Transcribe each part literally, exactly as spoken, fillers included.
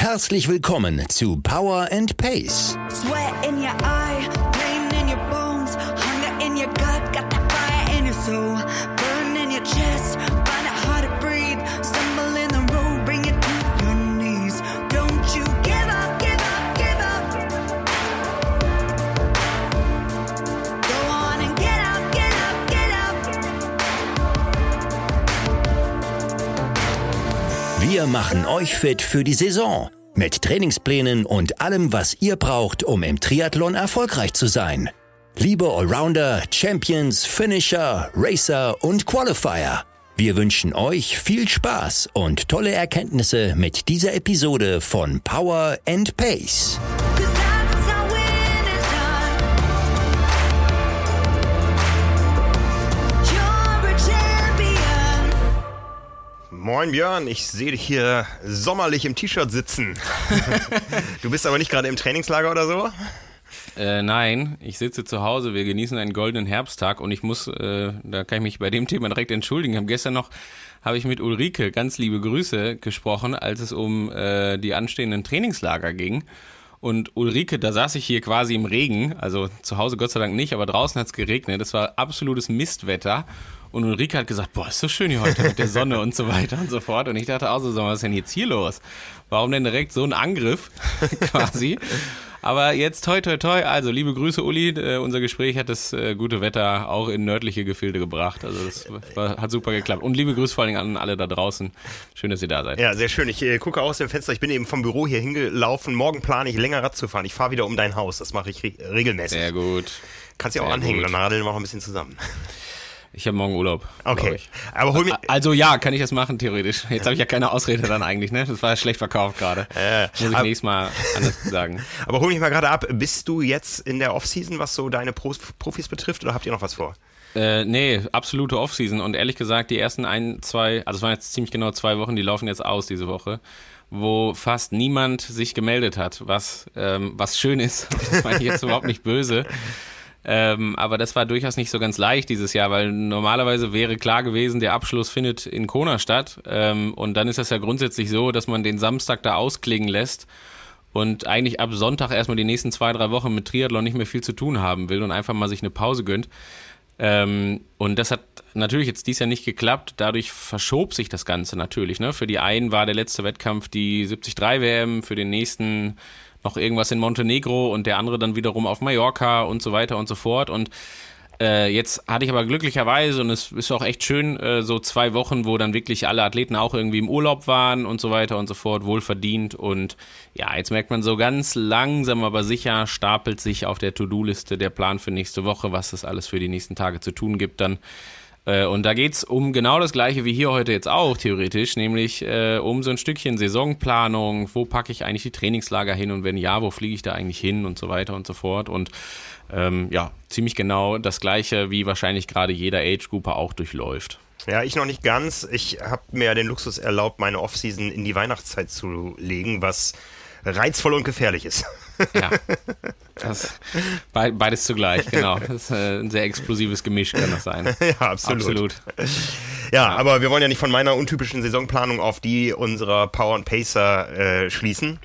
Herzlich willkommen zu Power and Pace. Sweat in your eye, pain in your bones, hunger in your gut, got that fire in your soul, burn in your chest, find it hard to breathe, stumble in the road, bring it to your knees. Don't you give up, give up, give up. Go on and get up, get up, get up. Wir machen euch fit für die Saison. Mit Trainingsplänen und allem, was ihr braucht, um im Triathlon erfolgreich zu sein. Liebe Allrounder, Champions, Finisher, Racer und Qualifier. Wir wünschen euch viel Spaß und tolle Erkenntnisse mit dieser Episode von Power and Pace. Moin Björn, ich sehe dich hier sommerlich im T-Shirt sitzen. Du bist aber nicht gerade im Trainingslager oder so? Äh, nein, ich sitze zu Hause, wir genießen einen goldenen Herbsttag und ich muss, äh, da kann ich mich bei dem Thema direkt entschuldigen. Ich habe gestern noch, habe ich mit Ulrike, ganz liebe Grüße, gesprochen, als es um äh, die anstehenden Trainingslager ging. Und Ulrike, da saß ich hier quasi im Regen, also zu Hause Gott sei Dank nicht, aber draußen hat es geregnet, das war absolutes Mistwetter. Und Ulrike hat gesagt, boah, ist so schön hier heute mit der Sonne und so weiter und so fort. Und ich dachte auch so, was ist denn jetzt hier los? Warum denn direkt so ein Angriff quasi? Aber jetzt toi toi toi, also liebe Grüße Uli, äh, unser Gespräch hat das äh, gute Wetter auch in nördliche Gefilde gebracht. Also das war, hat super geklappt. Und liebe Grüße vor allen Dingen an alle da draußen. Schön, dass ihr da seid. Ja, sehr schön. Ich äh, gucke aus dem Fenster, ich bin eben vom Büro hier hingelaufen. Morgen plane ich länger Rad zu fahren. Ich fahre wieder um dein Haus, das mache ich re- regelmäßig. Sehr gut. Kannst du auch Sehr anhängen, gut. dann radeln wir auch ein bisschen zusammen. Ich habe morgen Urlaub. Okay, ich. aber hol mir... Also ja, kann ich das machen, theoretisch. Jetzt habe ich ja keine Ausrede dann eigentlich, ne? Das war ja schlecht verkauft gerade. Äh, Muss ich ab, nächstes Mal anders sagen. Aber hol mich mal gerade ab. Bist du jetzt in der Offseason, was so deine Pros, Profis betrifft, oder habt ihr noch was vor? Äh, nee, absolute Offseason. Und ehrlich gesagt, die ersten ein, zwei, also es waren jetzt ziemlich genau zwei Wochen, die laufen jetzt aus diese Woche, wo fast niemand sich gemeldet hat, was, ähm, was schön ist. Das meine ich jetzt überhaupt nicht böse. Ähm, aber das war durchaus nicht so ganz leicht dieses Jahr, weil normalerweise wäre klar gewesen, der Abschluss findet in Kona statt. Ähm, und dann ist das ja grundsätzlich so, dass man den Samstag da ausklingen lässt und eigentlich ab Sonntag erstmal die nächsten zwei, drei Wochen mit Triathlon nicht mehr viel zu tun haben will und einfach mal sich eine Pause gönnt. Ähm, und das hat natürlich jetzt dies Jahr nicht geklappt, dadurch verschob sich das Ganze natürlich. Ne? Für die einen war der letzte Wettkampf die siebzig drei W M, für den nächsten noch irgendwas in Montenegro und der andere dann wiederum auf Mallorca und so weiter und so fort. Und äh, jetzt hatte ich aber glücklicherweise, und es ist auch echt schön, äh, so zwei Wochen, wo dann wirklich alle Athleten auch irgendwie im Urlaub waren und so weiter und so fort, wohlverdient. Und ja, jetzt merkt man so ganz langsam, aber sicher stapelt sich auf der To-Do-Liste der Plan für nächste Woche, was es alles für die nächsten Tage zu tun gibt dann. Und da geht's um genau das Gleiche wie hier heute jetzt auch, theoretisch, nämlich äh, um so ein Stückchen Saisonplanung, wo packe ich eigentlich die Trainingslager hin und wenn ja, wo fliege ich da eigentlich hin und so weiter und so fort. Und ähm, ja, ziemlich genau das Gleiche, wie wahrscheinlich gerade jeder Age-Grupper auch durchläuft. Ja, ich noch nicht ganz. Ich habe mir den Luxus erlaubt, meine Offseason in die Weihnachtszeit zu legen, was reizvoll und gefährlich ist. Ja, das, beides zugleich, genau. Das ist ein sehr explosives Gemisch, kann das sein. Ja, absolut. absolut. Ja, ja, aber wir wollen ja nicht von meiner untypischen Saisonplanung auf die unserer Power and Pacer äh, schließen.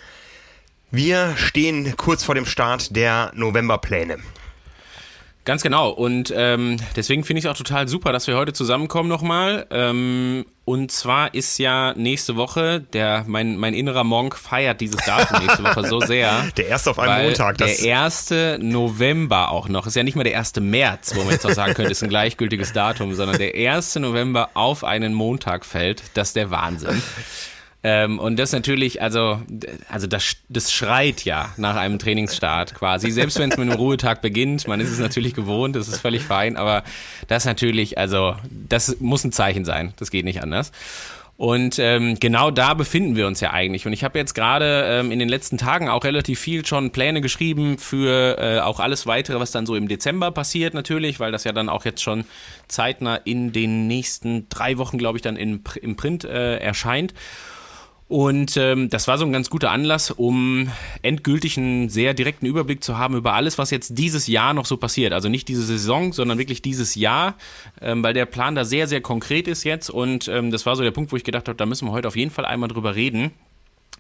Wir stehen kurz vor dem Start der Novemberpläne. Ganz genau und ähm, deswegen finde ich es auch total super, dass wir heute zusammenkommen nochmal ähm, und zwar ist ja nächste Woche, der mein mein innerer Monk feiert dieses Datum nächste Woche so sehr. Der erste auf einem Montag. Das der erste November auch noch, ist ja nicht mal der erste März, wo man jetzt auch sagen könnte, ist ein gleichgültiges Datum, sondern der erste November auf einen Montag fällt, das ist der Wahnsinn. Ähm, und das natürlich, also, also das, das schreit ja nach einem Trainingsstart quasi, selbst wenn es mit einem Ruhetag beginnt, man ist es natürlich gewohnt, das ist völlig fein, aber das natürlich, also das muss ein Zeichen sein, das geht nicht anders. Und ähm, genau da befinden wir uns ja eigentlich. Und ich habe jetzt gerade ähm, in den letzten Tagen auch relativ viel schon Pläne geschrieben für äh, auch alles Weitere, was dann so im Dezember passiert natürlich, weil das ja dann auch jetzt schon zeitnah in den nächsten drei Wochen, glaube ich, dann in, im Print äh, erscheint. Und ähm, das war so ein ganz guter Anlass, um endgültig einen sehr direkten Überblick zu haben über alles, was jetzt dieses Jahr noch so passiert. Also nicht diese Saison, sondern wirklich dieses Jahr, ähm, weil der Plan da sehr, sehr konkret ist jetzt. Und ähm, das war so der Punkt, wo ich gedacht habe, da müssen wir heute auf jeden Fall einmal drüber reden.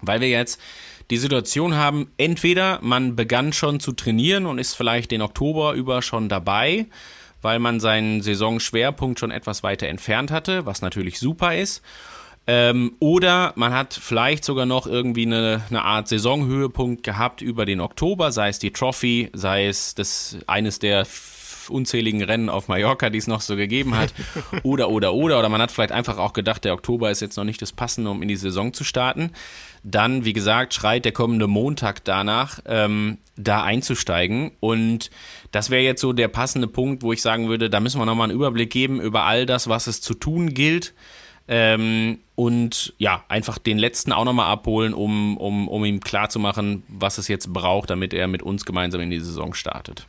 Weil wir jetzt die Situation haben, entweder man begann schon zu trainieren und ist vielleicht den Oktober über schon dabei, weil man seinen Saisonschwerpunkt schon etwas weiter entfernt hatte, was natürlich super ist. Ähm, oder man hat vielleicht sogar noch irgendwie eine, eine Art Saisonhöhepunkt gehabt über den Oktober, sei es die Trophy, sei es das eines der unzähligen Rennen auf Mallorca, die es noch so gegeben hat, oder, oder, oder, oder man hat vielleicht einfach auch gedacht, der Oktober ist jetzt noch nicht das Passende, um in die Saison zu starten. Dann, wie gesagt, schreit der kommende Montag danach, ähm, da einzusteigen, und das wäre jetzt so der passende Punkt, wo ich sagen würde, da müssen wir nochmal einen Überblick geben über all das, was es zu tun gilt, ähm, und ja, einfach den letzten auch nochmal abholen, um, um, um ihm klarzumachen, was es jetzt braucht, damit er mit uns gemeinsam in die Saison startet.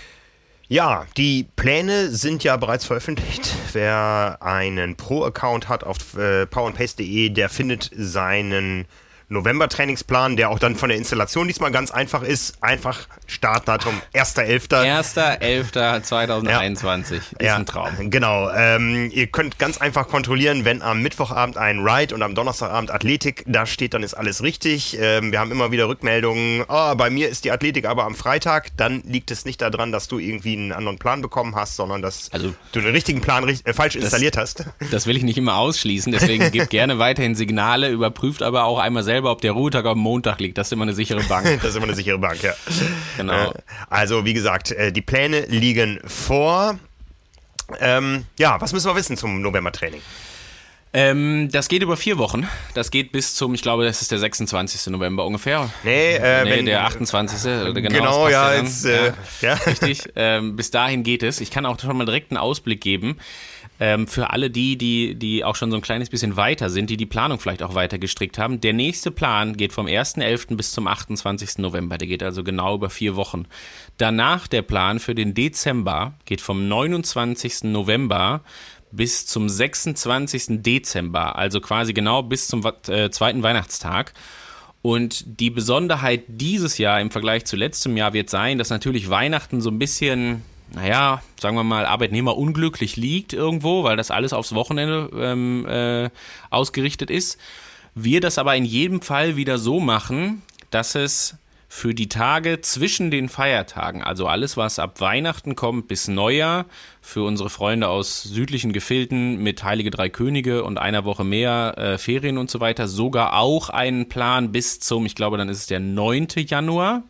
Ja, die Pläne sind ja bereits veröffentlicht. Wer einen Pro-Account hat auf äh, power and pace punkt de, der findet seinen November-Trainingsplan, der auch dann von der Installation diesmal ganz einfach ist. Einfach Startdatum erster elfter erster elfter zweitausendeinundzwanzig. Ja. Ist ja ein Traum. Genau. Ähm, ihr könnt ganz einfach kontrollieren, wenn am Mittwochabend ein Ride und am Donnerstagabend Athletik da steht, dann ist alles richtig. Ähm, wir haben immer wieder Rückmeldungen, oh, bei mir ist die Athletik aber am Freitag. Dann liegt es nicht daran, dass du irgendwie einen anderen Plan bekommen hast, sondern dass also, du den richtigen Plan äh, falsch das, installiert hast. Das will ich nicht immer ausschließen, deswegen gebt gerne weiterhin Signale, überprüft aber auch einmal selber, ob der Ruhetag am Montag liegt. Das ist immer eine sichere Bank. Das ist immer eine sichere Bank, ja. Genau. Also, wie gesagt, die Pläne liegen vor. Ähm, ja, was müssen wir wissen zum November-Training? Ähm, das geht über vier Wochen. Das geht bis zum, ich glaube, das ist der sechsundzwanzigsten November ungefähr. Nee, äh, nee wenn, der achtundzwanzigste Genau, genau ja, jetzt, ja, äh, ja. Richtig. Ähm, bis dahin geht es. Ich kann auch schon mal direkt einen Ausblick geben. Ähm, für alle die, die, die auch schon so ein kleines bisschen weiter sind, die die Planung vielleicht auch weiter gestrickt haben. Der nächste Plan geht vom ersten elften bis zum achtundzwanzigsten November. Der geht also genau über vier Wochen. Danach der Plan für den Dezember geht vom neunundzwanzigsten November bis zum sechsundzwanzigsten Dezember. Also quasi genau bis zum äh, zweiten Weihnachtstag. Und die Besonderheit dieses Jahr im Vergleich zu letztem Jahr wird sein, dass natürlich Weihnachten so ein bisschen, naja, sagen wir mal, arbeitnehmerunglücklich liegt irgendwo, weil das alles aufs Wochenende ähm, äh, ausgerichtet ist. Wir das aber in jedem Fall wieder so machen, dass es für die Tage zwischen den Feiertagen, also alles, was ab Weihnachten kommt bis Neujahr, für unsere Freunde aus südlichen Gefilden mit Heilige Drei Könige und einer Woche mehr äh, Ferien und so weiter, sogar auch einen Plan bis zum, ich glaube, dann ist es der neunten Januar.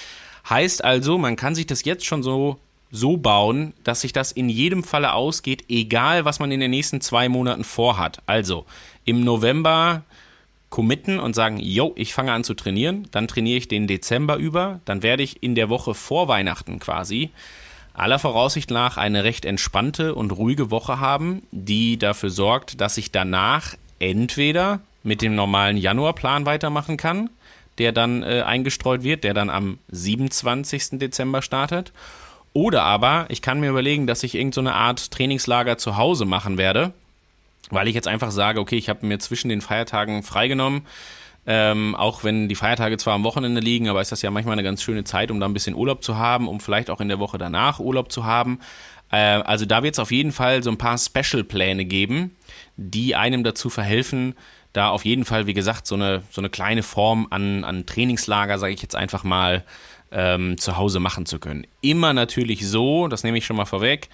Heißt also, man kann sich das jetzt schon so so bauen, dass sich das in jedem Falle ausgeht, egal was man in den nächsten zwei Monaten vorhat. Also im November committen und sagen, yo, ich fange an zu trainieren, dann trainiere ich den Dezember über, dann werde ich in der Woche vor Weihnachten quasi aller Voraussicht nach eine recht entspannte und ruhige Woche haben, die dafür sorgt, dass ich danach entweder mit dem normalen Januarplan weitermachen kann, der dann äh, eingestreut wird, der dann am siebenundzwanzigsten Dezember startet, oder aber ich kann mir überlegen, dass ich irgend so eine Art Trainingslager zu Hause machen werde, weil ich jetzt einfach sage, okay, ich habe mir zwischen den Feiertagen freigenommen, ähm, auch wenn die Feiertage zwar am Wochenende liegen, aber ist das ja manchmal eine ganz schöne Zeit, um da ein bisschen Urlaub zu haben, um vielleicht auch in der Woche danach Urlaub zu haben. Äh, also da wird es auf jeden Fall so ein paar Special-Pläne geben, die einem dazu verhelfen, da auf jeden Fall, wie gesagt, so eine, so eine kleine Form an, an Trainingslager, sage ich jetzt einfach mal, ähm, zu Hause machen zu können. Immer natürlich so, das nehme ich schon mal vorweg,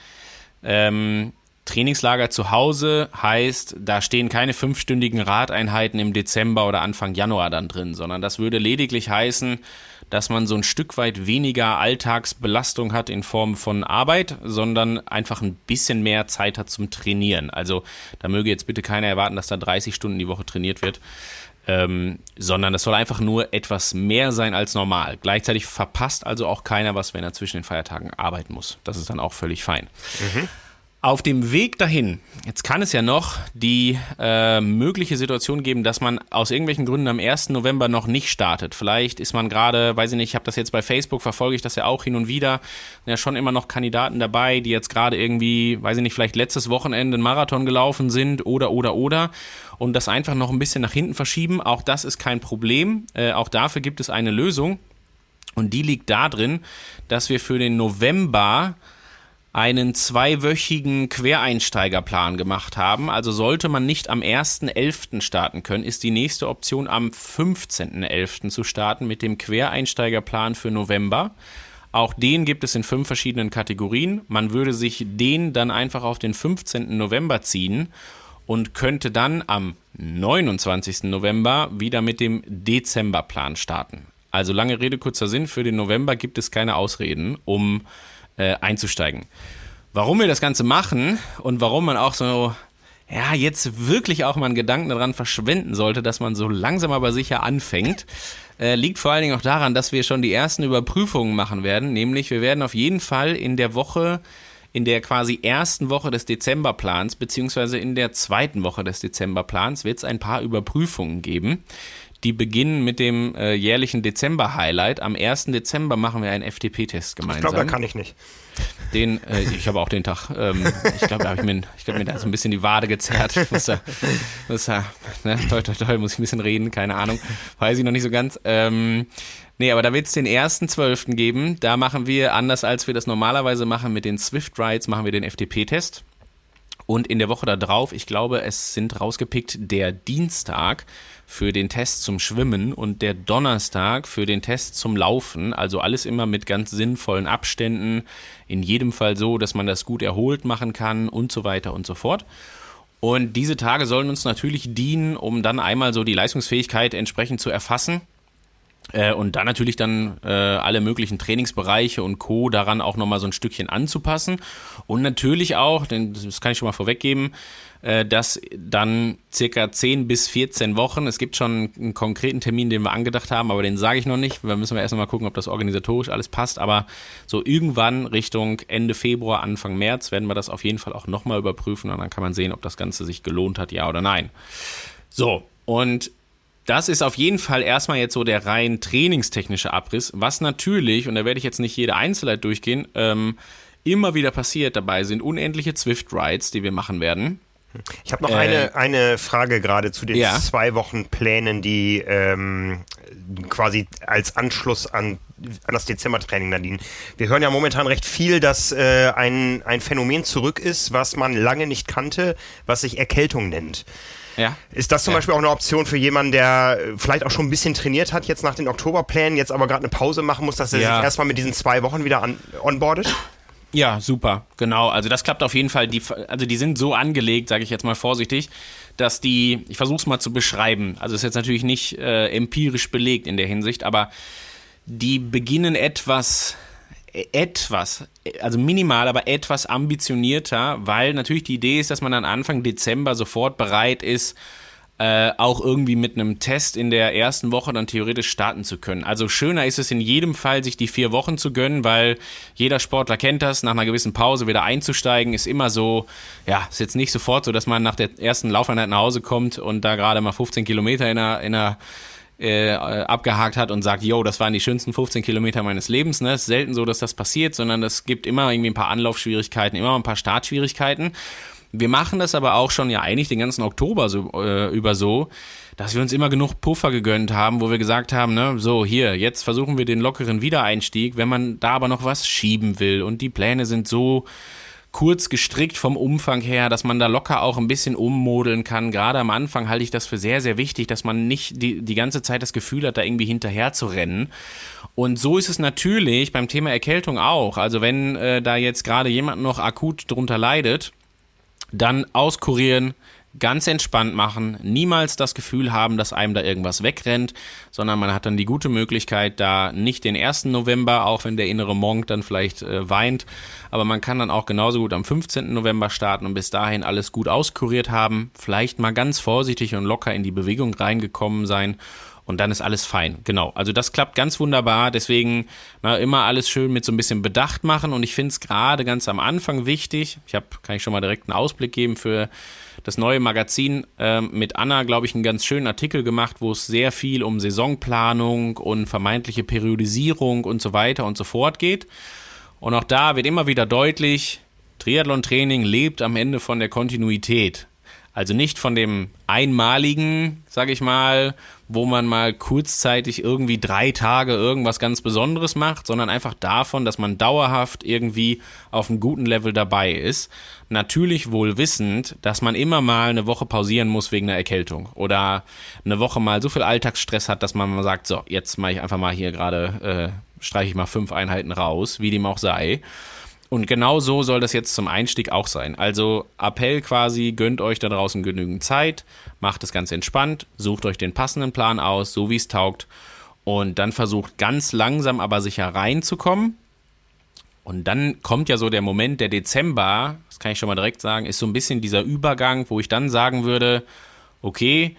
ähm, Trainingslager zu Hause heißt, da stehen keine fünfstündigen Radeinheiten im Dezember oder Anfang Januar dann drin, sondern das würde lediglich heißen, dass man so ein Stück weit weniger Alltagsbelastung hat in Form von Arbeit, sondern einfach ein bisschen mehr Zeit hat zum Trainieren. Also da möge jetzt bitte keiner erwarten, dass da dreißig Stunden die Woche trainiert wird, ähm, sondern das soll einfach nur etwas mehr sein als normal. Gleichzeitig verpasst also auch keiner was, wenn er zwischen den Feiertagen arbeiten muss. Das ist dann auch völlig fein. Mhm. Auf dem Weg dahin, jetzt kann es ja noch die äh, mögliche Situation geben, dass man aus irgendwelchen Gründen am ersten November noch nicht startet. Vielleicht ist man gerade, weiß ich nicht, ich habe das jetzt bei Facebook, verfolge ich das ja auch hin und wieder, ja schon immer noch Kandidaten dabei, die jetzt gerade irgendwie, weiß ich nicht, vielleicht letztes Wochenende einen Marathon gelaufen sind oder, oder, oder und das einfach noch ein bisschen nach hinten verschieben. Auch das ist kein Problem, äh, auch dafür gibt es eine Lösung und die liegt darin, dass wir für den November einen zweiwöchigen Quereinsteigerplan gemacht haben. Also sollte man nicht am ersten elften starten können, ist die nächste Option am fünfzehnten elften zu starten mit dem Quereinsteigerplan für November. Auch den gibt es in fünf verschiedenen Kategorien. Man würde sich den dann einfach auf den fünfzehnten November ziehen und könnte dann am neunundzwanzigsten November wieder mit dem Dezemberplan starten. Also lange Rede, kurzer Sinn, für den November gibt es keine Ausreden, um äh, einzusteigen. Warum wir das Ganze machen und warum man auch so, ja, jetzt wirklich auch mal einen Gedanken daran verschwenden sollte, dass man so langsam aber sicher anfängt, äh, liegt vor allen Dingen auch daran, dass wir schon die ersten Überprüfungen machen werden. Nämlich, wir werden auf jeden Fall in der Woche, in der quasi ersten Woche des Dezemberplans, beziehungsweise in der zweiten Woche des Dezemberplans, wird es ein paar Überprüfungen geben. Die beginnen mit dem äh, jährlichen Dezember-Highlight. Am ersten Dezember machen wir einen F T P-Test gemeinsam. Ich glaube, da kann ich nicht. Den, äh, ich habe auch den Tag, ähm, ich glaube, da habe ich mir, ich glaub, mir da so ein bisschen die Wade gezerrt. Ich muss da, muss da, ne, toi, toi, toi, muss ich ein bisschen reden, keine Ahnung, weiß ich noch nicht so ganz. Ähm, nee, aber da wird es den ersten zwölften geben. Da machen wir, anders als wir das normalerweise machen, mit den Swift Rides, machen wir den F T P-Test. Und in der Woche da drauf, ich glaube, es sind rausgepickt der Dienstag für den Test zum Schwimmen und der Donnerstag für den Test zum Laufen. Also alles immer mit ganz sinnvollen Abständen. In jedem Fall so, dass man das gut erholt machen kann und so weiter und so fort. Und diese Tage sollen uns natürlich dienen, um dann einmal so die Leistungsfähigkeit entsprechend zu erfassen. Äh, und dann natürlich dann äh, alle möglichen Trainingsbereiche und Co. daran auch nochmal so ein Stückchen anzupassen. Und natürlich auch, denn das kann ich schon mal vorweggeben, äh, dass dann circa zehn bis vierzehn Wochen, es gibt schon einen konkreten Termin, den wir angedacht haben, aber den sage ich noch nicht. Da müssen wir erst noch mal gucken, ob das organisatorisch alles passt. Aber so irgendwann Richtung Ende Februar, Anfang März werden wir das auf jeden Fall auch nochmal überprüfen. Und dann kann man sehen, ob das Ganze sich gelohnt hat, ja oder nein. So, und das ist auf jeden Fall erstmal jetzt so der rein trainingstechnische Abriss, was natürlich, und da werde ich jetzt nicht jede Einzelheit durchgehen, ähm, immer wieder passiert dabei sind unendliche Zwift Rides, die wir machen werden. Ich habe noch äh, eine, eine Frage gerade zu den ja. zwei Wochen Plänen, die ähm, quasi als Anschluss an, an das Dezembertraining da dienen. Wir hören ja momentan recht viel, dass äh, ein, ein Phänomen zurück ist, was man lange nicht kannte, was sich Erkältung nennt. Ja. Ist das zum ja. Beispiel auch eine Option für jemanden, der vielleicht auch schon ein bisschen trainiert hat, jetzt nach den Oktoberplänen, jetzt aber gerade eine Pause machen muss, dass er ja. sich erstmal mit diesen zwei Wochen wieder an, onboardet? Ja, super, genau. Also das klappt auf jeden Fall. Die, also die sind so angelegt, sage ich jetzt mal vorsichtig, dass die, ich versuche es mal zu beschreiben, also ist jetzt natürlich nicht äh, empirisch belegt in der Hinsicht, aber die beginnen etwas... etwas, also minimal, aber etwas ambitionierter, weil natürlich die Idee ist, dass man dann Anfang Dezember sofort bereit ist, äh, auch irgendwie mit einem Test in der ersten Woche dann theoretisch starten zu können. Also schöner ist es in jedem Fall, sich die vier Wochen zu gönnen, weil jeder Sportler kennt das, nach einer gewissen Pause wieder einzusteigen, ist immer so, ja, ist jetzt nicht sofort so, dass man nach der ersten Laufeinheit nach Hause kommt und da gerade mal fünfzehn Kilometer in einer, in einer Äh, abgehakt hat und sagt, yo, das waren die schönsten fünfzehn Kilometer meines Lebens. Ne? Es ist selten so, dass das passiert, sondern es gibt immer irgendwie ein paar Anlaufschwierigkeiten, immer ein paar Startschwierigkeiten. Wir machen das aber auch schon ja eigentlich den ganzen Oktober so, äh, über so, dass wir uns immer genug Puffer gegönnt haben, wo wir gesagt haben, ne, so hier, jetzt versuchen wir den lockeren Wiedereinstieg, wenn man da aber noch was schieben will und die Pläne sind so kurz gestrickt vom Umfang her, dass man da locker auch ein bisschen ummodeln kann. Gerade am Anfang halte ich das für sehr, sehr wichtig, dass man nicht die, die ganze Zeit das Gefühl hat, da irgendwie hinterher zu rennen. Und so ist es natürlich beim Thema Erkältung auch. Also wenn äh, da jetzt gerade jemand noch akut drunter leidet, dann auskurieren, ganz entspannt machen, niemals das Gefühl haben, dass einem da irgendwas wegrennt, sondern man hat dann die gute Möglichkeit, da nicht den ersten November, auch wenn der innere Monk dann vielleicht äh, weint, aber man kann dann auch genauso gut am fünfzehnten November starten und bis dahin alles gut auskuriert haben, vielleicht mal ganz vorsichtig und locker in die Bewegung reingekommen sein und dann ist alles fein. Genau, also das klappt ganz wunderbar, deswegen na, immer alles schön mit so ein bisschen Bedacht machen und ich finde es gerade ganz am Anfang wichtig, ich habe, kann ich schon mal direkt einen Ausblick geben für das neue Magazin, äh, mit Anna, glaube ich, einen ganz schönen Artikel gemacht, wo es sehr viel um Saisonplanung und vermeintliche Periodisierung und so weiter und so fort geht. Und auch da wird immer wieder deutlich, Triathlon-Training lebt am Ende von der Kontinuität. Also nicht von dem einmaligen, sag ich mal, wo man mal kurzzeitig irgendwie drei Tage irgendwas ganz Besonderes macht, sondern einfach davon, dass man dauerhaft irgendwie auf einem guten Level dabei ist. Natürlich wohl wissend, dass man immer mal eine Woche pausieren muss wegen einer Erkältung oder eine Woche mal so viel Alltagsstress hat, dass man mal sagt, so, jetzt mache ich einfach mal hier gerade, äh, streiche ich mal fünf Einheiten raus, wie dem auch sei. Und genau so soll das jetzt zum Einstieg auch sein. Also Appell quasi, gönnt euch da draußen genügend Zeit, macht es ganz entspannt, sucht euch den passenden Plan aus, so wie es taugt und dann versucht ganz langsam aber sicher reinzukommen. Und dann kommt ja so der Moment, der Dezember, das kann ich schon mal direkt sagen, ist so ein bisschen dieser Übergang, wo ich dann sagen würde, okay,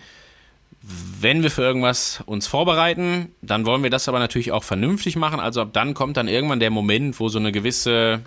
wenn wir für irgendwas uns vorbereiten, dann wollen wir das aber natürlich auch vernünftig machen. Also ab dann kommt dann irgendwann der Moment, wo so eine gewisse,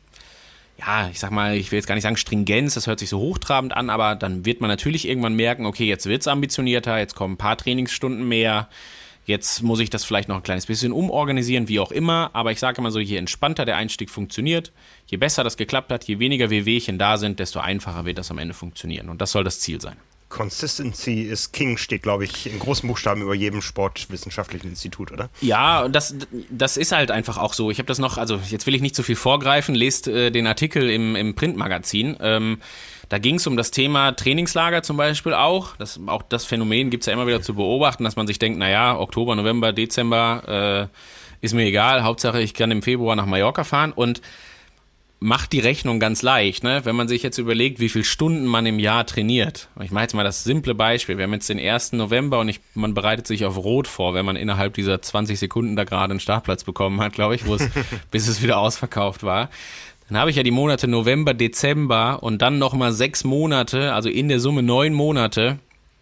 ja, ich sag mal, ich will jetzt gar nicht sagen Stringenz, das hört sich so hochtrabend an, aber dann wird man natürlich irgendwann merken, okay, jetzt wird's ambitionierter, jetzt kommen ein paar Trainingsstunden mehr, jetzt muss ich das vielleicht noch ein kleines bisschen umorganisieren, wie auch immer, aber ich sage immer so, je entspannter der Einstieg funktioniert, je besser das geklappt hat, je weniger Wehwehchen da sind, desto einfacher wird das am Ende funktionieren und das soll das Ziel sein. Consistency is King steht, glaube ich, in großen Buchstaben über jedem sportwissenschaftlichen Institut, oder? Ja, und das, das ist halt einfach auch so. Ich habe das noch, also jetzt will ich nicht zu viel vorgreifen, lest äh, den Artikel im, im Printmagazin. Ähm, da ging es um das Thema Trainingslager zum Beispiel auch. Das, auch das Phänomen gibt es ja immer wieder zu beobachten, dass man sich denkt, naja, Oktober, November, Dezember äh, ist mir egal. Hauptsache, ich kann im Februar nach Mallorca fahren und macht die Rechnung ganz leicht, ne? Wenn man sich jetzt überlegt, wie viele Stunden man im Jahr trainiert. Ich mache jetzt mal das simple Beispiel. Wir haben jetzt den ersten November und ich, man bereitet sich auf Rot vor, wenn man innerhalb dieser zwanzig Sekunden da gerade einen Startplatz bekommen hat, glaube ich, wo es bis es wieder ausverkauft war. Dann habe ich ja die Monate November, Dezember und dann nochmal sechs Monate, also in der Summe neun Monate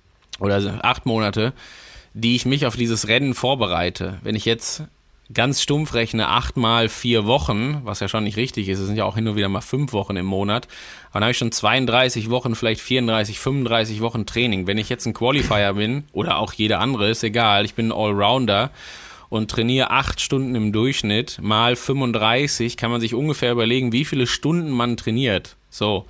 oder acht Monate, die ich mich auf dieses Rennen vorbereite. Wenn ich jetzt ganz stumpf rechne, acht mal vier Wochen, was ja schon nicht richtig ist, es sind ja auch hin und wieder mal fünf Wochen im Monat, aber dann habe ich schon zweiunddreißig Wochen, vielleicht vierunddreißig, fünfunddreißig Wochen Training. Wenn ich jetzt ein Qualifier bin, oder auch jeder andere, ist egal, ich bin ein Allrounder und trainiere acht Stunden im Durchschnitt, mal fünfunddreißig, kann man sich ungefähr überlegen, wie viele Stunden man trainiert. So.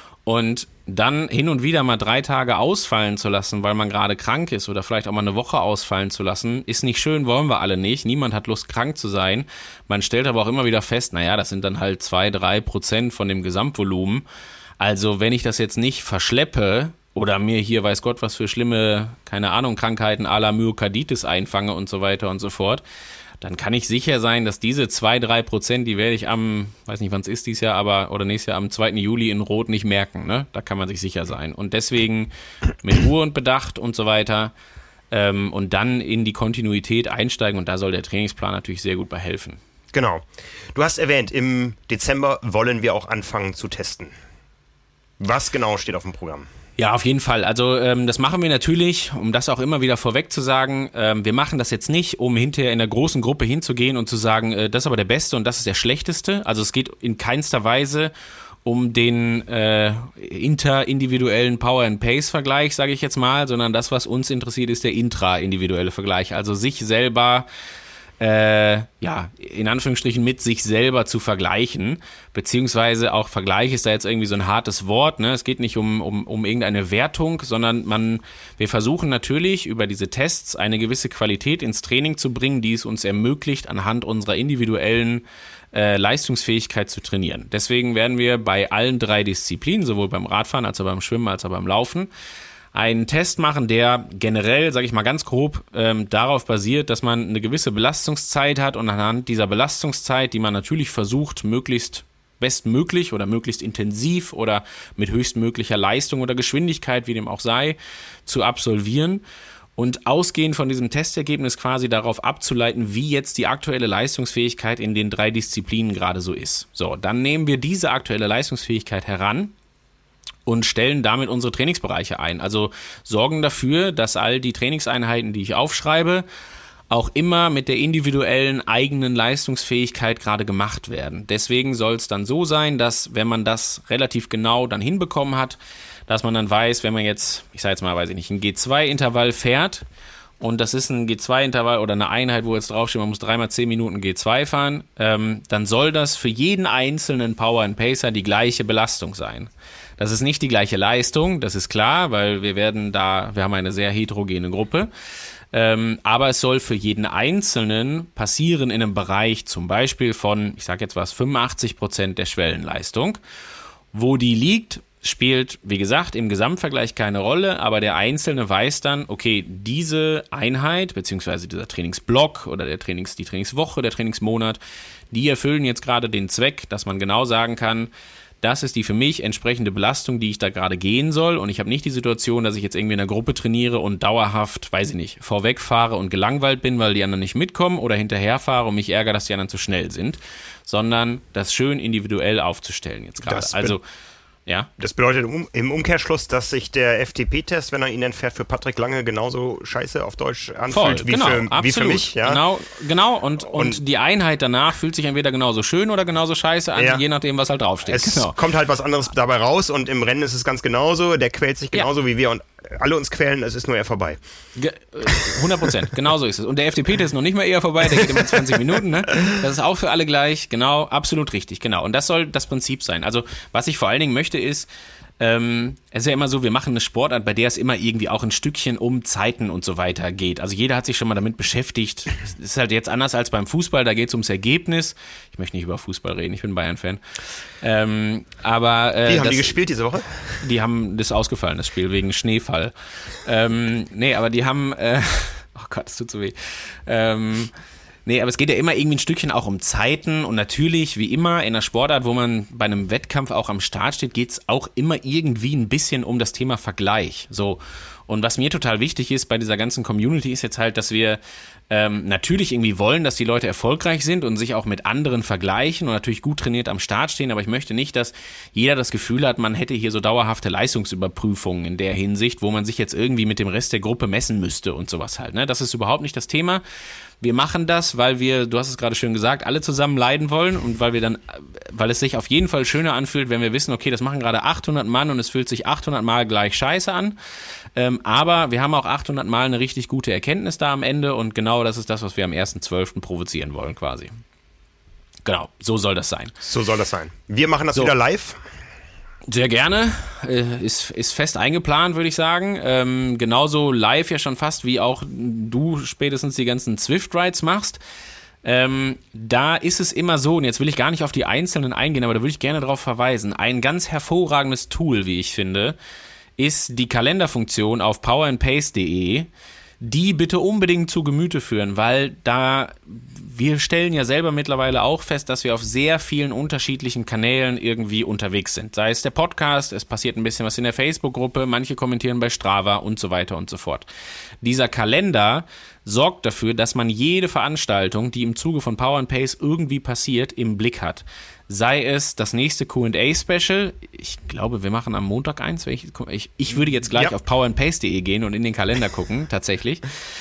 Und dann hin und wieder mal drei Tage ausfallen zu lassen, weil man gerade krank ist oder vielleicht auch mal eine Woche ausfallen zu lassen, ist nicht schön, wollen wir alle nicht. Niemand hat Lust, krank zu sein. Man stellt aber auch immer wieder fest, naja, das sind dann halt zwei, drei Prozent von dem Gesamtvolumen. Also wenn ich das jetzt nicht verschleppe oder mir hier, weiß Gott, was für schlimme, keine Ahnung, Krankheiten à la Myokarditis einfange und so weiter und so fort, dann kann ich sicher sein, dass diese zwei, drei Prozent, die werde ich am, weiß nicht wann es ist dieses Jahr, aber oder nächstes Jahr am zweiten Juli in Rot nicht merken. Ne? Da kann man sich sicher sein. Und deswegen mit Ruhe und Bedacht und so weiter ähm, und dann in die Kontinuität einsteigen und da soll der Trainingsplan natürlich sehr gut bei helfen. Genau. Du hast erwähnt, im Dezember wollen wir auch anfangen zu testen. Was genau steht auf dem Programm? Ja, auf jeden Fall. Also ähm, das machen wir natürlich, um das auch immer wieder vorweg zu sagen, ähm, wir machen das jetzt nicht, um hinterher in der großen Gruppe hinzugehen und zu sagen, äh, das ist aber der Beste und das ist der Schlechteste. Also es geht in keinster Weise um den äh, interindividuellen Power-and-Pace-Vergleich, sage ich jetzt mal, sondern das, was uns interessiert, ist der intra-individuelle Vergleich. Also sich selber Äh, ja, in Anführungsstrichen mit sich selber zu vergleichen, beziehungsweise auch Vergleich ist da jetzt irgendwie so ein hartes Wort, ne? Es geht nicht um, um, um irgendeine Wertung, sondern man, wir versuchen natürlich über diese Tests eine gewisse Qualität ins Training zu bringen, die es uns ermöglicht, anhand unserer individuellen äh, Leistungsfähigkeit zu trainieren. Deswegen werden wir bei allen drei Disziplinen, sowohl beim Radfahren als auch beim Schwimmen als auch beim Laufen, einen Test machen, der generell, sage ich mal ganz grob, ähm, darauf basiert, dass man eine gewisse Belastungszeit hat und anhand dieser Belastungszeit, die man natürlich versucht, möglichst bestmöglich oder möglichst intensiv oder mit höchstmöglicher Leistung oder Geschwindigkeit, wie dem auch sei, zu absolvieren und ausgehend von diesem Testergebnis quasi darauf abzuleiten, wie jetzt die aktuelle Leistungsfähigkeit in den drei Disziplinen gerade so ist. So, dann nehmen wir diese aktuelle Leistungsfähigkeit heran und stellen damit unsere Trainingsbereiche ein. Also sorgen dafür, dass all die Trainingseinheiten, die ich aufschreibe, auch immer mit der individuellen eigenen Leistungsfähigkeit gerade gemacht werden. Deswegen soll es dann so sein, dass wenn man das relativ genau dann hinbekommen hat, dass man dann weiß, wenn man jetzt, ich sage jetzt mal, weiß ich nicht, ein G zwei Intervall fährt und das ist ein G zwei Intervall oder eine Einheit, wo jetzt draufsteht, man muss dreimal zehn Minuten G zwei fahren, ähm, dann soll das für jeden einzelnen Power and Pacer die gleiche Belastung sein. Das ist nicht die gleiche Leistung, das ist klar, weil wir werden da, wir haben eine sehr heterogene Gruppe. Ähm, aber es soll für jeden Einzelnen passieren in einem Bereich zum Beispiel von, ich sage jetzt was, fünfundachtzig Prozent der Schwellenleistung. Wo die liegt, spielt, wie gesagt, im Gesamtvergleich keine Rolle, aber der Einzelne weiß dann, okay, diese Einheit, beziehungsweise dieser Trainingsblock oder der Trainings, die Trainingswoche, der Trainingsmonat, die erfüllen jetzt gerade den Zweck, dass man genau sagen kann, das ist die für mich entsprechende Belastung, die ich da gerade gehen soll. Und ich habe nicht die Situation, dass ich jetzt irgendwie in einer Gruppe trainiere und dauerhaft, weiß ich nicht, vorwegfahre und gelangweilt bin, weil die anderen nicht mitkommen oder hinterherfahre und mich ärgere, dass die anderen zu schnell sind, sondern das schön individuell aufzustellen jetzt gerade. Also ja. Das bedeutet im Umkehrschluss, dass sich der F T P-Test, wenn er ihn entfährt, für Patrick Lange genauso scheiße auf Deutsch anfühlt Voll, wie, genau, für, wie für mich. Ja? Genau, genau. Und, und, und die Einheit danach fühlt sich entweder genauso schön oder genauso scheiße an, ja. je nachdem, was halt draufsteht. Es genau. kommt halt was anderes dabei raus und im Rennen ist es ganz genauso. Der quält sich genauso ja. wie wir und alle uns quälen, es ist nur eher vorbei. Ge- hundert Prozent, genau so ist es. Und der F T P-Test ist noch nicht mal eher vorbei, der geht immer zwanzig Minuten. Ne? Das ist auch für alle gleich, genau, absolut richtig, genau. Und das soll das Prinzip sein. Also was ich vor allen Dingen möchte ist, Ähm, es ist ja immer so, wir machen eine Sportart, bei der es immer irgendwie auch ein Stückchen um Zeiten und so weiter geht. Also jeder hat sich schon mal damit beschäftigt. Es ist halt jetzt anders als beim Fußball, da geht es ums Ergebnis. Ich möchte nicht über Fußball reden, ich bin Bayern-Fan. Ähm, aber äh, Wie haben das, die gespielt diese Woche? Die haben das ausgefallen, das Spiel, wegen Schneefall. ähm, nee, aber die haben, äh, oh Gott, das tut so weh. Ähm, Nee, aber es geht ja immer irgendwie ein Stückchen auch um Zeiten und natürlich, wie immer, in einer Sportart, wo man bei einem Wettkampf auch am Start steht, geht es auch immer irgendwie ein bisschen um das Thema Vergleich. So. Und was mir total wichtig ist bei dieser ganzen Community ist jetzt halt, dass wir ähm, natürlich irgendwie wollen, dass die Leute erfolgreich sind und sich auch mit anderen vergleichen und natürlich gut trainiert am Start stehen, aber ich möchte nicht, dass jeder das Gefühl hat, man hätte hier so dauerhafte Leistungsüberprüfungen in der Hinsicht, wo man sich jetzt irgendwie mit dem Rest der Gruppe messen müsste und sowas halt. Ne? Das ist überhaupt nicht das Thema. Wir machen das, weil wir, du hast es gerade schön gesagt, alle zusammen leiden wollen und weil wir dann, weil es sich auf jeden Fall schöner anfühlt, wenn wir wissen, okay, das machen gerade achthundert Mann und es fühlt sich achthundert Mal gleich scheiße an. Ähm, aber wir haben auch achthundert Mal eine richtig gute Erkenntnis da am Ende und genau das ist das, was wir am ersten zwölften provozieren wollen quasi. Genau, so soll das sein. So soll das sein. Wir machen das so. wieder live. Sehr gerne, ist, ist fest eingeplant, würde ich sagen. Ähm, genauso live ja schon fast, wie auch du spätestens die ganzen Zwift-Rides machst. Ähm, da ist es immer so, und jetzt will ich gar nicht auf die Einzelnen eingehen, aber da würde ich gerne darauf verweisen. Ein ganz hervorragendes Tool, wie ich finde, ist die Kalenderfunktion auf power and pace punkt de. Die bitte unbedingt zu Gemüte führen, weil da, wir stellen ja selber mittlerweile auch fest, dass wir auf sehr vielen unterschiedlichen Kanälen irgendwie unterwegs sind. Sei es der Podcast, es passiert ein bisschen was in der Facebook-Gruppe, manche kommentieren bei Strava und so weiter und so fort. Dieser Kalender sorgt dafür, dass man jede Veranstaltung, die im Zuge von Power and Pace irgendwie passiert, im Blick hat. Sei es das nächste Q and A-Special, ich glaube, wir machen am Montag eins, ich, ich, ich würde jetzt gleich ja. auf power and pace punkt de gehen und in den Kalender gucken, tatsächlich.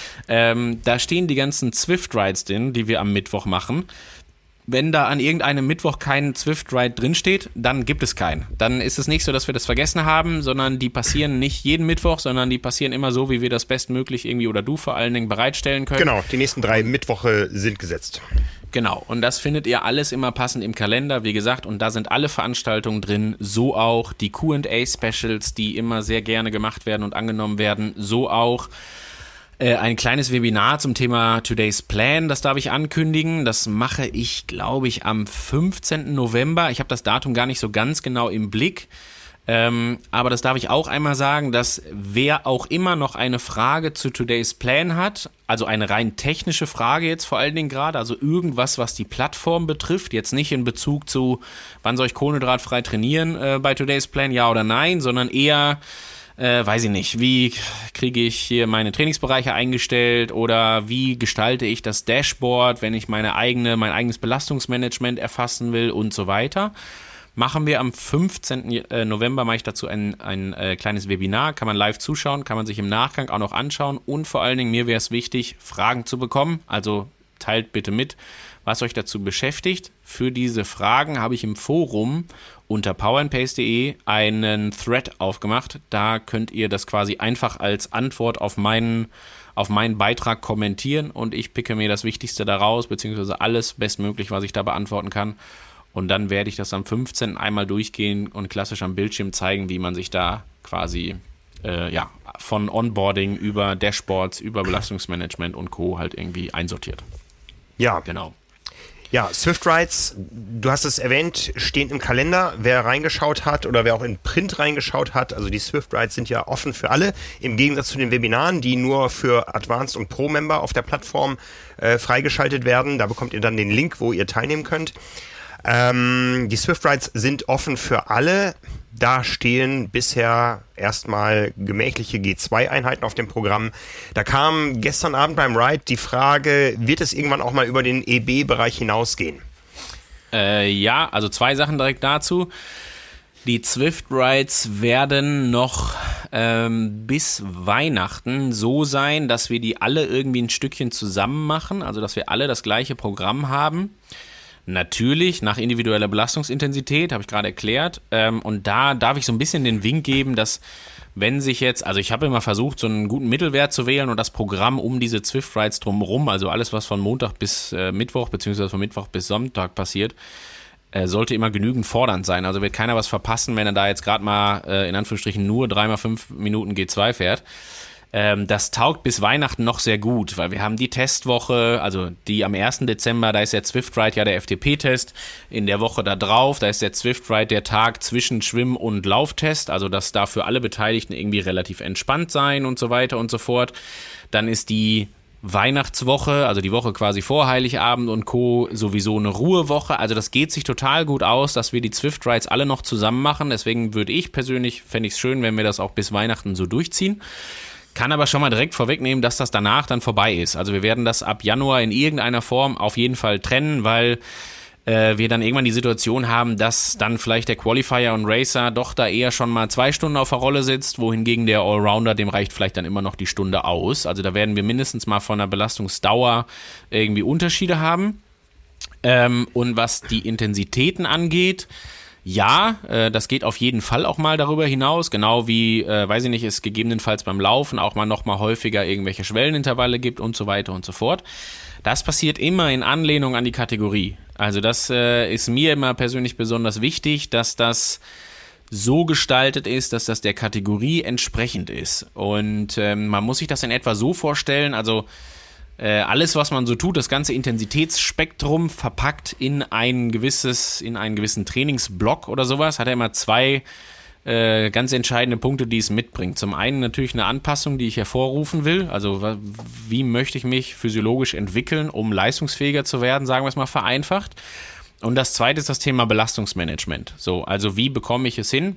Ähm, da stehen die ganzen Zwift-Rides drin, die wir am Mittwoch machen. Wenn da an irgendeinem Mittwoch kein Zwift-Ride drinsteht, dann gibt es keinen. Dann ist es nicht so, dass wir das vergessen haben, sondern die passieren nicht jeden Mittwoch, sondern die passieren immer so, wie wir das bestmöglich irgendwie oder du vor allen Dingen bereitstellen können. Genau, die nächsten drei Mittwoche sind gesetzt. Genau, und das findet ihr alles immer passend im Kalender, wie gesagt, und da sind alle Veranstaltungen drin, so auch die Q and A-Specials, die immer sehr gerne gemacht werden und angenommen werden, so auch äh, ein kleines Webinar zum Thema Today's Plan, das darf ich ankündigen, das mache ich, glaube ich, am fünfzehnten November, ich habe das Datum gar nicht so ganz genau im Blick, Ähm, aber das darf ich auch einmal sagen, dass wer auch immer noch eine Frage zu Today's Plan hat, also eine rein technische Frage jetzt vor allen Dingen gerade, also irgendwas, was die Plattform betrifft, jetzt nicht in Bezug zu, wann soll ich kohlenhydratfrei trainieren äh, bei Today's Plan, ja oder nein, sondern eher, äh, weiß ich nicht, wie kriege ich hier meine Trainingsbereiche eingestellt oder wie gestalte ich das Dashboard, wenn ich meine eigene, mein eigenes Belastungsmanagement erfassen will und so weiter. Machen wir am fünfzehnten November, mache ich dazu ein, ein äh, kleines Webinar, kann man live zuschauen, kann man sich im Nachgang auch noch anschauen und vor allen Dingen, mir wäre es wichtig, Fragen zu bekommen, also teilt bitte mit, was euch dazu beschäftigt. Für diese Fragen habe ich im Forum unter power and pace punkt de einen Thread aufgemacht, da könnt ihr das quasi einfach als Antwort auf meinen, auf meinen Beitrag kommentieren und ich picke mir das Wichtigste daraus, beziehungsweise alles bestmöglich, was ich da beantworten kann. Und dann werde ich das am fünfzehnten einmal durchgehen und klassisch am Bildschirm zeigen, wie man sich da quasi äh, ja, von Onboarding über Dashboards, über Belastungsmanagement und Co. halt irgendwie einsortiert. Ja, genau. Ja, Swift Rides, du hast es erwähnt, stehen im Kalender. Wer reingeschaut hat oder wer auch in Print reingeschaut hat, also die Swift Rides sind ja offen für alle, im Gegensatz zu den Webinaren, die nur für Advanced und Pro-Member auf der Plattform äh, freigeschaltet werden. Da bekommt ihr dann den Link, wo ihr teilnehmen könnt. Ähm, die Swift Rides sind offen für alle. Da stehen bisher erstmal gemächliche G zwei Einheiten auf dem Programm. Da kam gestern Abend beim Ride die Frage, wird es irgendwann auch mal über den E B-Bereich hinausgehen? Äh, ja, also zwei Sachen direkt dazu. Die Swift Rides werden noch ähm, bis Weihnachten so sein, dass wir die alle irgendwie ein Stückchen zusammen machen, also dass wir alle das gleiche Programm haben. Natürlich nach individueller Belastungsintensität, habe ich gerade erklärt. Ähm, und da darf ich so ein bisschen den Wink geben, dass wenn sich jetzt, also ich habe immer versucht, so einen guten Mittelwert zu wählen und das Programm um diese Swift Rides drumherum, also alles, was von Montag bis äh, Mittwoch, beziehungsweise von Mittwoch bis Sonntag passiert, äh, sollte immer genügend fordernd sein. Also wird keiner was verpassen, wenn er da jetzt gerade mal äh, in Anführungsstrichen nur drei mal fünf Minuten G zwei fährt. Ähm, das taugt bis Weihnachten noch sehr gut, weil wir haben die Testwoche, also die am ersten Dezember, da ist der Swift Ride ja der F T P-Test. In der Woche da drauf, da ist der Swift Ride der Tag zwischen Schwimm- und Lauftest, also das darf für alle Beteiligten irgendwie relativ entspannt sein und so weiter und so fort. Dann ist die Weihnachtswoche, also die Woche quasi vor Heiligabend und Co. sowieso eine Ruhewoche. Also das geht sich total gut aus, dass wir die Swift Rides alle noch zusammen machen. Deswegen würde ich persönlich, fände ich es schön, wenn wir das auch bis Weihnachten so durchziehen. Kann aber schon mal direkt vorwegnehmen, dass das danach dann vorbei ist. Also wir werden das ab Januar in irgendeiner Form auf jeden Fall trennen, weil äh, wir dann irgendwann die Situation haben, dass dann vielleicht der Qualifier und Racer doch da eher schon mal zwei Stunden auf der Rolle sitzt, wohingegen der Allrounder, dem reicht vielleicht dann immer noch die Stunde aus. Also da werden wir mindestens mal von der Belastungsdauer irgendwie Unterschiede haben. Ähm, und was die Intensitäten angeht, ja, äh, das geht auf jeden Fall auch mal darüber hinaus, genau wie, äh, weiß ich nicht, es gegebenenfalls beim Laufen auch mal noch mal häufiger irgendwelche Schwellenintervalle gibt und so weiter und so fort. Das passiert immer in Anlehnung an die Kategorie. Also das äh, ist mir immer persönlich besonders wichtig, dass das so gestaltet ist, dass das der Kategorie entsprechend ist. Und ähm, man muss sich das in etwa so vorstellen, also alles, was man so tut, das ganze Intensitätsspektrum verpackt in ein gewisses, in einen gewissen Trainingsblock oder sowas, hat er immer zwei äh, ganz entscheidende Punkte, die es mitbringt. Zum einen natürlich eine Anpassung, die ich hervorrufen will, also wie möchte ich mich physiologisch entwickeln, um leistungsfähiger zu werden, sagen wir es mal vereinfacht. Und das zweite ist das Thema Belastungsmanagement. So, also wie bekomme ich es hin,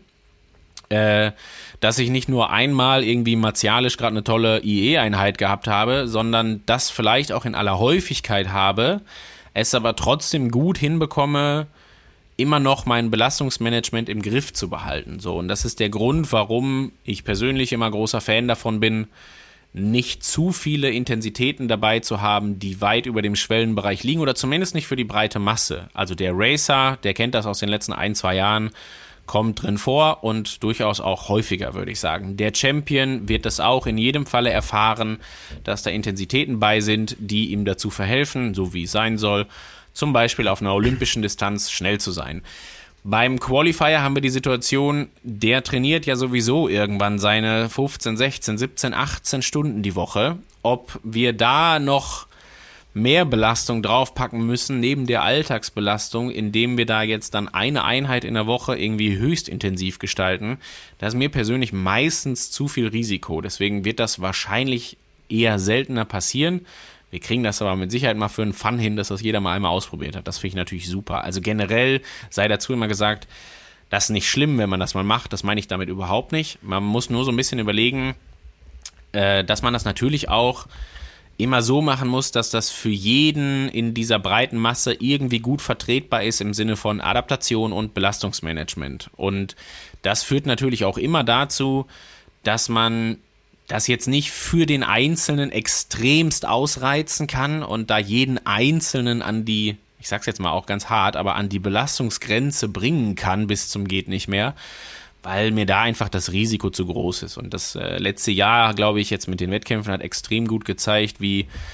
Äh, dass ich nicht nur einmal irgendwie martialisch gerade eine tolle I E-Einheit gehabt habe, sondern das vielleicht auch in aller Häufigkeit habe, es aber trotzdem gut hinbekomme, immer noch mein Belastungsmanagement im Griff zu behalten. So, und das ist der Grund, warum ich persönlich immer großer Fan davon bin, nicht zu viele Intensitäten dabei zu haben, die weit über dem Schwellenbereich liegen oder zumindest nicht für die breite Masse. Also der Racer, der kennt das aus den letzten ein, zwei Jahren, kommt drin vor und durchaus auch häufiger, würde ich sagen. Der Champion wird das auch in jedem Falle erfahren, dass da Intensitäten bei sind, die ihm dazu verhelfen, so wie es sein soll, zum Beispiel auf einer olympischen Distanz schnell zu sein. Beim Qualifier haben wir die Situation, der trainiert ja sowieso irgendwann seine fünfzehn, sechzehn, siebzehn, achtzehn Stunden die Woche. Ob wir da noch mehr Belastung draufpacken müssen, neben der Alltagsbelastung, indem wir da jetzt dann eine Einheit in der Woche irgendwie höchst intensiv gestalten, das ist mir persönlich meistens zu viel Risiko. Deswegen wird das wahrscheinlich eher seltener passieren. Wir kriegen das aber mit Sicherheit mal für einen Fun hin, dass das jeder mal einmal ausprobiert hat. Das finde ich natürlich super. Also generell sei dazu immer gesagt, das ist nicht schlimm, wenn man das mal macht. Das meine ich damit überhaupt nicht. Man muss nur so ein bisschen überlegen, äh, dass man das natürlich auch immer so machen muss, dass das für jeden in dieser breiten Masse irgendwie gut vertretbar ist im Sinne von Adaptation und Belastungsmanagement. Und das führt natürlich auch immer dazu, dass man das jetzt nicht für den Einzelnen extremst ausreizen kann und da jeden Einzelnen an die, ich sag's jetzt mal auch ganz hart, aber an die Belastungsgrenze bringen kann bis zum geht nicht mehr, weil mir da einfach das Risiko zu groß ist. Und das äh, letzte Jahr, glaube ich, jetzt mit den Wettkämpfen hat extrem gut gezeigt, wie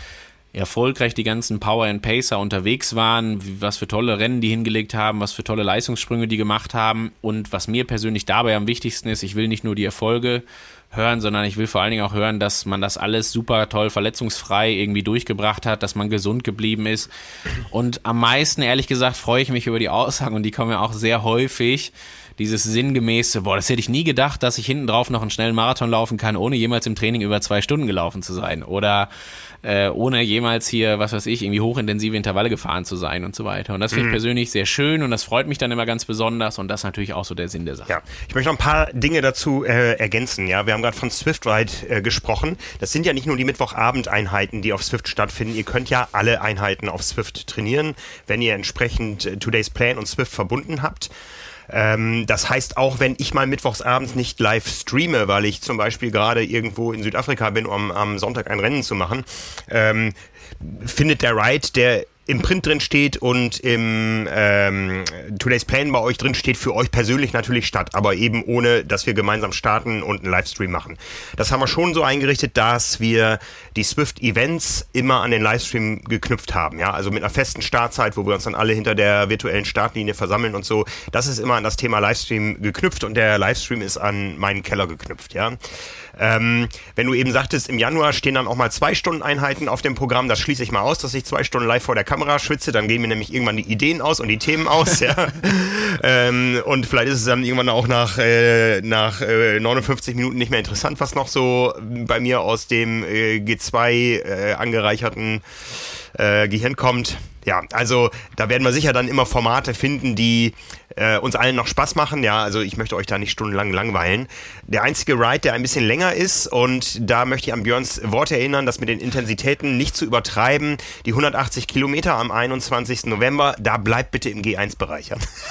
erfolgreich die ganzen Power and Pacer unterwegs waren, wie, was für tolle Rennen die hingelegt haben, was für tolle Leistungssprünge die gemacht haben. Und was mir persönlich dabei am wichtigsten ist, ich will nicht nur die Erfolge hören, sondern ich will vor allen Dingen auch hören, dass man das alles super toll verletzungsfrei irgendwie durchgebracht hat, dass man gesund geblieben ist. Und am meisten, ehrlich gesagt, freue ich mich über die Aussagen, und die kommen ja auch sehr häufig, dieses sinngemäße, boah, das hätte ich nie gedacht, dass ich hinten drauf noch einen schnellen Marathon laufen kann, ohne jemals im Training über zwei Stunden gelaufen zu sein. Oder äh, ohne jemals hier, was weiß ich, irgendwie hochintensive Intervalle gefahren zu sein und so weiter. Und das finde ich mhm. persönlich sehr schön, und das freut mich dann immer ganz besonders, und das ist natürlich auch so der Sinn der Sache. Ja, ich möchte noch ein paar Dinge dazu äh, ergänzen. Ja, wir haben gerade von Zwift Ride äh, gesprochen. Das sind ja nicht nur die Mittwochabend-Einheiten, die auf Zwift stattfinden. Ihr könnt ja alle Einheiten auf Zwift trainieren, wenn ihr entsprechend äh, Today's Plan und Zwift verbunden habt. Ähm, das heißt, auch wenn ich mal mittwochsabends nicht live streame, weil ich zum Beispiel gerade irgendwo in Südafrika bin, um am Sonntag ein Rennen zu machen, ähm, findet der Ride, der im Print drin steht und im ähm, Today's Plan bei euch drin steht, für euch persönlich natürlich statt, aber eben ohne, dass wir gemeinsam starten und einen Livestream machen. Das haben wir schon so eingerichtet, dass wir die Zwift-Events immer an den Livestream geknüpft haben, ja, also mit einer festen Startzeit, wo wir uns dann alle hinter der virtuellen Startlinie versammeln und so. Das ist immer an das Thema Livestream geknüpft, und der Livestream ist an meinen Keller geknüpft, ja. Ähm, wenn du eben sagtest, im Januar stehen dann auch mal zwei Stunden Einheiten auf dem Programm, das schließe ich mal aus, dass ich zwei Stunden live vor der Kamera schwitze, dann gehen mir nämlich irgendwann die Ideen aus und die Themen aus, ja. ähm, und vielleicht ist es dann irgendwann auch nach, äh, nach äh, neunundfünfzig Minuten nicht mehr interessant, was noch so bei mir aus dem äh, G zwei äh, angereicherten äh, Gehirn kommt. Ja, also da werden wir sicher dann immer Formate finden, die äh, uns allen noch Spaß machen. Ja, also ich möchte euch da nicht stundenlang langweilen. Der einzige Ride, der ein bisschen länger ist, und da möchte ich an Björns Worte erinnern, das mit den Intensitäten nicht zu übertreiben. Die hundertachtzig Kilometer am einundzwanzigsten November, da bleibt bitte im G eins Bereich.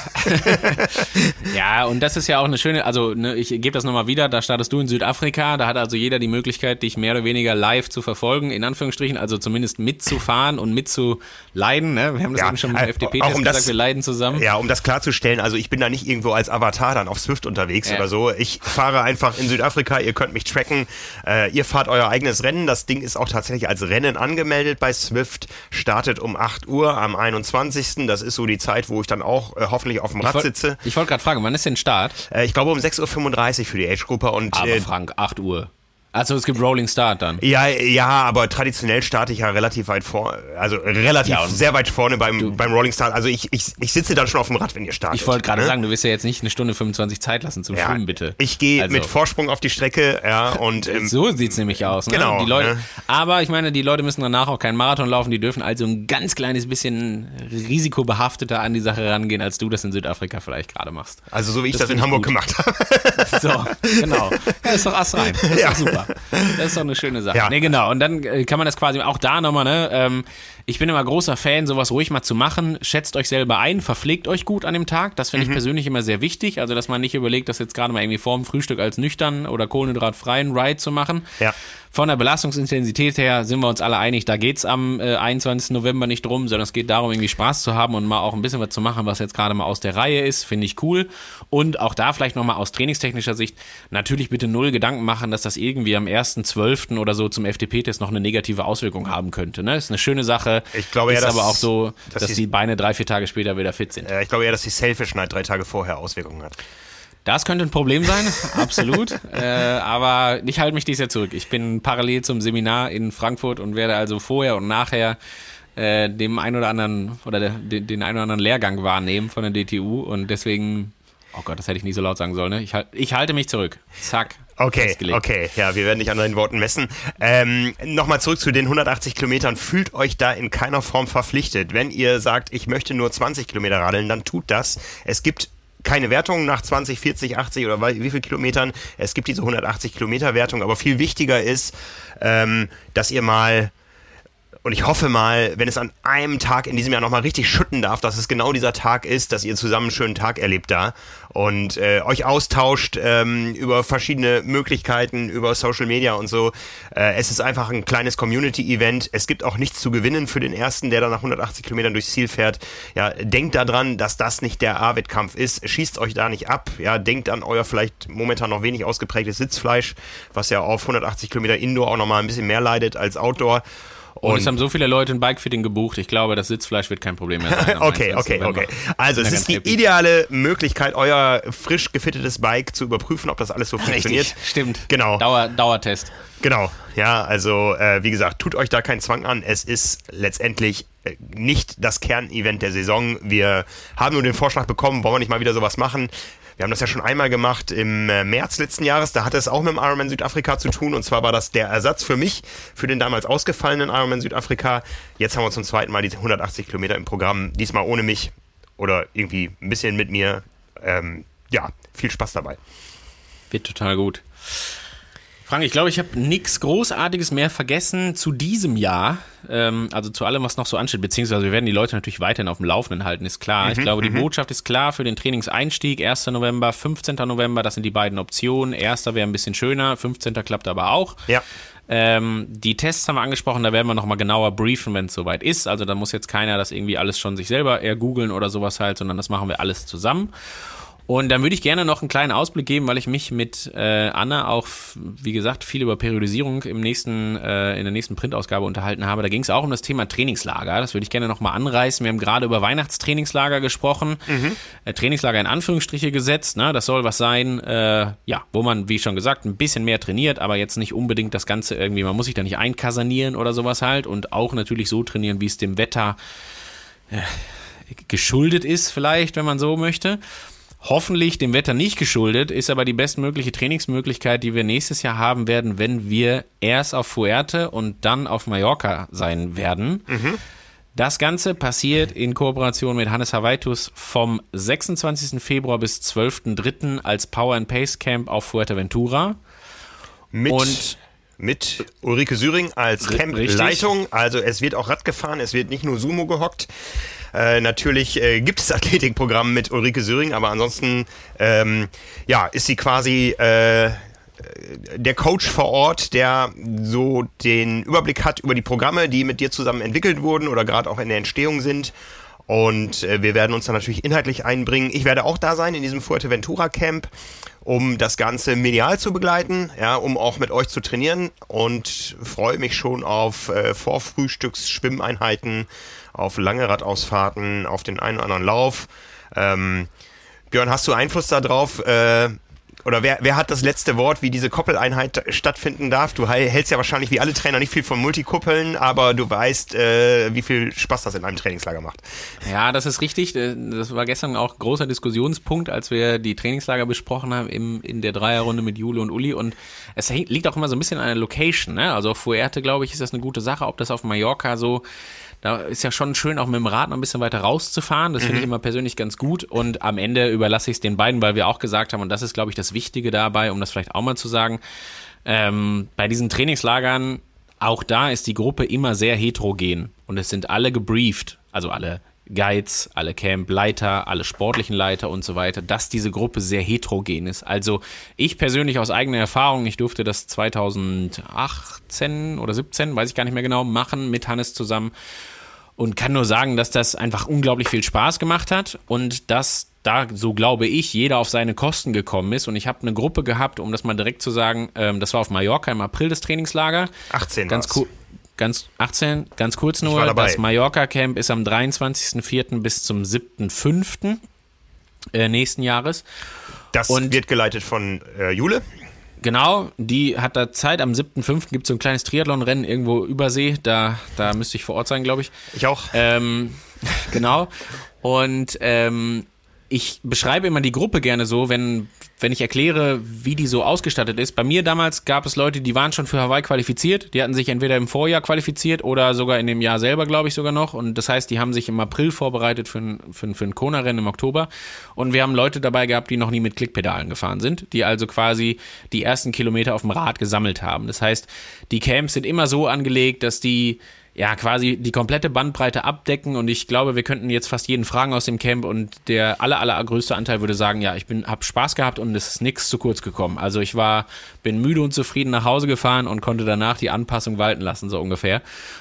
Ja, und das ist ja auch eine schöne, also ne, ich gebe das nochmal wieder, da startest du in Südafrika, da hat also jeder die Möglichkeit, dich mehr oder weniger live zu verfolgen, in Anführungsstrichen, also zumindest mitzufahren und mitzuleiden. Ne? Wir haben das ja, eben schon im F D P-Test um gesagt, das, wir leiden zusammen. Ja, um das klarzustellen, also ich bin da nicht irgendwo als Avatar dann auf Zwift unterwegs ja. oder so. Ich fahre einfach in Südafrika, ihr könnt mich tracken, äh, ihr fahrt euer eigenes Rennen. Das Ding ist auch tatsächlich als Rennen angemeldet bei Zwift, startet um acht Uhr am einundzwanzigsten Das ist so die Zeit, wo ich dann auch äh, hoffentlich auf dem Rad ich wollt, sitze. Ich wollte gerade fragen, wann ist denn Start? Äh, ich glaube um sechs Uhr fünfunddreißig für die Age-Gruppe. Und, Aber äh, Frank, acht Uhr. Also es gibt Rolling Start dann. Ja, ja, aber traditionell starte ich ja relativ weit vor, also relativ ja, sehr weit vorne beim, beim Rolling Start. Also ich, ich, ich sitze dann schon auf dem Rad, wenn ihr startet. Ich wollte gerade ne? sagen, du wirst ja jetzt nicht eine Stunde fünfundzwanzig Zeit lassen zum ja, Schwimmen, bitte. Ich gehe also. mit Vorsprung auf die Strecke, ja, und ähm, so sieht's nämlich aus. Ne? Genau. Die Leute, ne? Aber ich meine, die Leute müssen danach auch keinen Marathon laufen, die dürfen also ein ganz kleines bisschen risikobehafteter an die Sache rangehen, als du das in Südafrika vielleicht gerade machst. Also so wie ich das, das in Hamburg gut. gemacht habe. So, genau. Ja, ist doch astrein. Das ist ja. doch super. Das ist doch eine schöne Sache. Ja. Nee, genau. Und dann kann man das quasi auch da nochmal, ne, ähm, ich bin immer großer Fan, sowas ruhig mal zu machen. Schätzt euch selber ein, verpflegt euch gut an dem Tag. Das finde ich mhm. persönlich immer sehr wichtig. Also, dass man nicht überlegt, das jetzt gerade mal irgendwie vor dem Frühstück als nüchtern oder kohlenhydratfreien Ride zu machen. Ja. Von der Belastungsintensität her sind wir uns alle einig, da geht's am äh, einundzwanzigsten November nicht drum, sondern es geht darum, irgendwie Spaß zu haben und mal auch ein bisschen was zu machen, was jetzt gerade mal aus der Reihe ist, finde ich cool. Und auch da vielleicht nochmal aus trainingstechnischer Sicht natürlich bitte null Gedanken machen, dass das irgendwie am ersten zwölften oder so zum F D P-Test noch eine negative Auswirkung haben könnte. Ne? Ist eine schöne Sache, ich glaube ist ja, aber auch so, dass, dass die, die Beine drei, vier Tage später wieder fit sind. Äh, ich glaube eher, dass die Selfish Night drei Tage vorher Auswirkungen hat. Das könnte ein Problem sein, absolut. äh, aber ich halte mich dies Jahr zurück. Ich bin parallel zum Seminar in Frankfurt und werde also vorher und nachher äh, dem einen oder anderen oder der, den, den einen oder anderen Lehrgang wahrnehmen von der D T U und deswegen, oh Gott, das hätte ich nie so laut sagen sollen. Ne? Ich, ich halte mich zurück. Zack. Okay, festgelegt. okay, ja, wir werden nicht an deinen Worten messen. Ähm, Nochmal zurück zu den hundertachtzig Kilometern. Fühlt euch da in keiner Form verpflichtet. Wenn ihr sagt, ich möchte nur zwanzig Kilometer radeln, dann tut das. Es gibt keine Wertung nach zwanzig, vierzig, achtzig oder wie viel Kilometern. Es gibt diese hundertachtzig Kilometer Wertung, aber viel wichtiger ist, ähm, dass ihr mal, und ich hoffe mal, wenn es an einem Tag in diesem Jahr nochmal richtig schütten darf, dass es genau dieser Tag ist, dass ihr zusammen einen schönen Tag erlebt da und äh, euch austauscht ähm, über verschiedene Möglichkeiten, über Social Media und so. Äh, es ist einfach ein kleines Community-Event. Es gibt auch nichts zu gewinnen für den Ersten, der dann nach hundertachtzig Kilometern durchs Ziel fährt. Ja, denkt daran, dass das nicht der A-Wettkampf ist. Schießt euch da nicht ab. Ja, denkt an euer vielleicht momentan noch wenig ausgeprägtes Sitzfleisch, was ja auf hundertachtzig Kilometer Indoor auch nochmal ein bisschen mehr leidet als Outdoor. Und, und es haben so viele Leute ein Bikefitting gebucht, ich glaube, das Sitzfleisch wird kein Problem mehr sein. okay, okay, okay. Also es ist die happy. ideale Möglichkeit, euer frisch gefittetes Bike zu überprüfen, ob das alles so Richtig, funktioniert. Stimmt. Genau. Dauer, Dauertest. Genau, ja, also äh, wie gesagt, tut euch da keinen Zwang an. Es ist letztendlich äh, nicht das Kernevent der Saison. Wir haben nur den Vorschlag bekommen, wollen wir nicht mal wieder sowas machen. Wir haben das ja schon einmal gemacht im äh, März letzten Jahres, da hatte es auch mit dem Ironman Südafrika zu tun und zwar war das der Ersatz für mich, für den damals ausgefallenen Ironman Südafrika. Jetzt haben wir zum zweiten Mal die hundertachtzig Kilometer im Programm, diesmal ohne mich oder irgendwie ein bisschen mit mir. Ähm, ja, viel Spaß dabei. Wird total gut. Frank, ich glaube, ich habe nichts Großartiges mehr vergessen zu diesem Jahr, ähm, also zu allem, was noch so ansteht, beziehungsweise wir werden die Leute natürlich weiterhin auf dem Laufenden halten, ist klar. Mhm, ich glaube, die Botschaft ist klar für den Trainingseinstieg, erster November, fünfzehnter November, das sind die beiden Optionen. Erster wäre ein bisschen schöner, fünfzehnter klappt aber auch. Ja. Ähm, die Tests haben wir angesprochen, da werden wir nochmal genauer briefen, wenn es soweit ist. Also da muss jetzt keiner das irgendwie alles schon sich selber eher googeln oder sowas halt, sondern das machen wir alles zusammen. Und dann würde ich gerne noch einen kleinen Ausblick geben, weil ich mich mit äh, Anna auch, wie gesagt, viel über Periodisierung im nächsten, äh, in der nächsten Printausgabe unterhalten habe. Da ging es auch um das Thema Trainingslager. Das würde ich gerne nochmal anreißen. Wir haben gerade über Weihnachtstrainingslager gesprochen. Mhm. Äh, Trainingslager in Anführungsstriche gesetzt. Ne? Das soll was sein, äh, ja, wo man, wie schon gesagt, ein bisschen mehr trainiert, aber jetzt nicht unbedingt das Ganze irgendwie, man muss sich da nicht einkasanieren oder sowas halt. Und auch natürlich so trainieren, wie es dem Wetter äh, geschuldet ist vielleicht, wenn man so möchte. Hoffentlich dem Wetter nicht geschuldet, ist aber die bestmögliche Trainingsmöglichkeit, die wir nächstes Jahr haben werden, wenn wir erst auf Fuerte und dann auf Mallorca sein werden. Mhm. Das Ganze passiert in Kooperation mit Hannes Havaitus vom sechsundzwanzigsten Februar bis zwölften dritten als Power and Pace Camp auf Fuerteventura. Mit und Mit Ulrike Süring als Campleitung. Also es wird auch Rad gefahren, es wird nicht nur Sumo gehockt. Äh, natürlich äh, gibt es Athletikprogramm mit Ulrike Süring, aber ansonsten ähm, ja, ist sie quasi äh, der Coach vor Ort, der so den Überblick hat über die Programme, die mit dir zusammen entwickelt wurden oder gerade auch in der Entstehung sind. Und äh, wir werden uns dann natürlich inhaltlich einbringen. Ich werde auch da sein in diesem Fuerteventura Camp, um das Ganze medial zu begleiten, ja, um auch mit euch zu trainieren und freue mich schon auf äh, Vorfrühstücks-Schwimmeinheiten, auf lange Radausfahrten, auf den einen oder anderen Lauf. Ähm, Björn, hast du Einfluss darauf, äh, oder wer, wer hat das letzte Wort, wie diese Koppeleinheit stattfinden darf? Du hältst ja wahrscheinlich wie alle Trainer nicht viel von Multikuppeln, aber du weißt, äh, wie viel Spaß das in einem Trainingslager macht. Ja, das ist richtig. Das war gestern auch ein großer Diskussionspunkt, als wir die Trainingslager besprochen haben im, in der Dreierrunde mit Jule und Uli. Und es liegt auch immer so ein bisschen an der Location, ne? Also auf Fuerte, glaube ich, ist das eine gute Sache. Ob das auf Mallorca so... Da ist ja schon schön, auch mit dem Rad noch ein bisschen weiter rauszufahren. Das mhm. finde ich immer persönlich ganz gut. Und am Ende überlasse ich es den beiden, weil wir auch gesagt haben, und das ist, glaube ich, das Wichtige dabei, um das vielleicht auch mal zu sagen, ähm, bei diesen Trainingslagern, auch da ist die Gruppe immer sehr heterogen. Und es sind alle gebrieft, also alle Guides, alle Campleiter, alle sportlichen Leiter und so weiter, dass diese Gruppe sehr heterogen ist. Also ich persönlich aus eigener Erfahrung, ich durfte das zweitausendachtzehn oder siebzehn, weiß ich gar nicht mehr genau, machen mit Hannes zusammen und kann nur sagen, dass das einfach unglaublich viel Spaß gemacht hat und dass da, so glaube ich, jeder auf seine Kosten gekommen ist. Und ich habe eine Gruppe gehabt, um das mal direkt zu sagen, ähm, das war auf Mallorca im April das Trainingslager. achtzehn ganz cool. Ganz achtzehn, ganz kurz nur, das Mallorca-Camp ist am dreiundzwanzigsten vierten bis zum siebten fünften Äh, nächsten Jahres. Das und wird geleitet von äh, Jule. Genau, die hat da Zeit. Am siebten fünften gibt es so ein kleines Triathlon-Rennen irgendwo übersee. Da, da müsste ich vor Ort sein, glaube ich. Ich auch. Ähm, genau. Und ähm, ich beschreibe immer die Gruppe gerne so, wenn, wenn ich erkläre, wie die so ausgestattet ist. Bei mir damals gab es Leute, die waren schon für Hawaii qualifiziert. Die hatten sich entweder im Vorjahr qualifiziert oder sogar in dem Jahr selber, glaube ich, sogar noch. Und das heißt, die haben sich im April vorbereitet für ein, für ein, für ein Kona-Rennen im Oktober. Und wir haben Leute dabei gehabt, die noch nie mit Klickpedalen gefahren sind, die also quasi die ersten Kilometer auf dem Rad gesammelt haben. Das heißt, die Camps sind immer so angelegt, dass die ja quasi die komplette Bandbreite abdecken und ich glaube, wir könnten jetzt fast jeden fragen aus dem Camp und der aller, aller größte Anteil würde sagen, ja, ich bin, hab Spaß gehabt und es ist nichts zu kurz gekommen. Also ich war, bin müde und zufrieden nach Hause gefahren und konnte danach die Anpassung walten lassen, so ungefähr.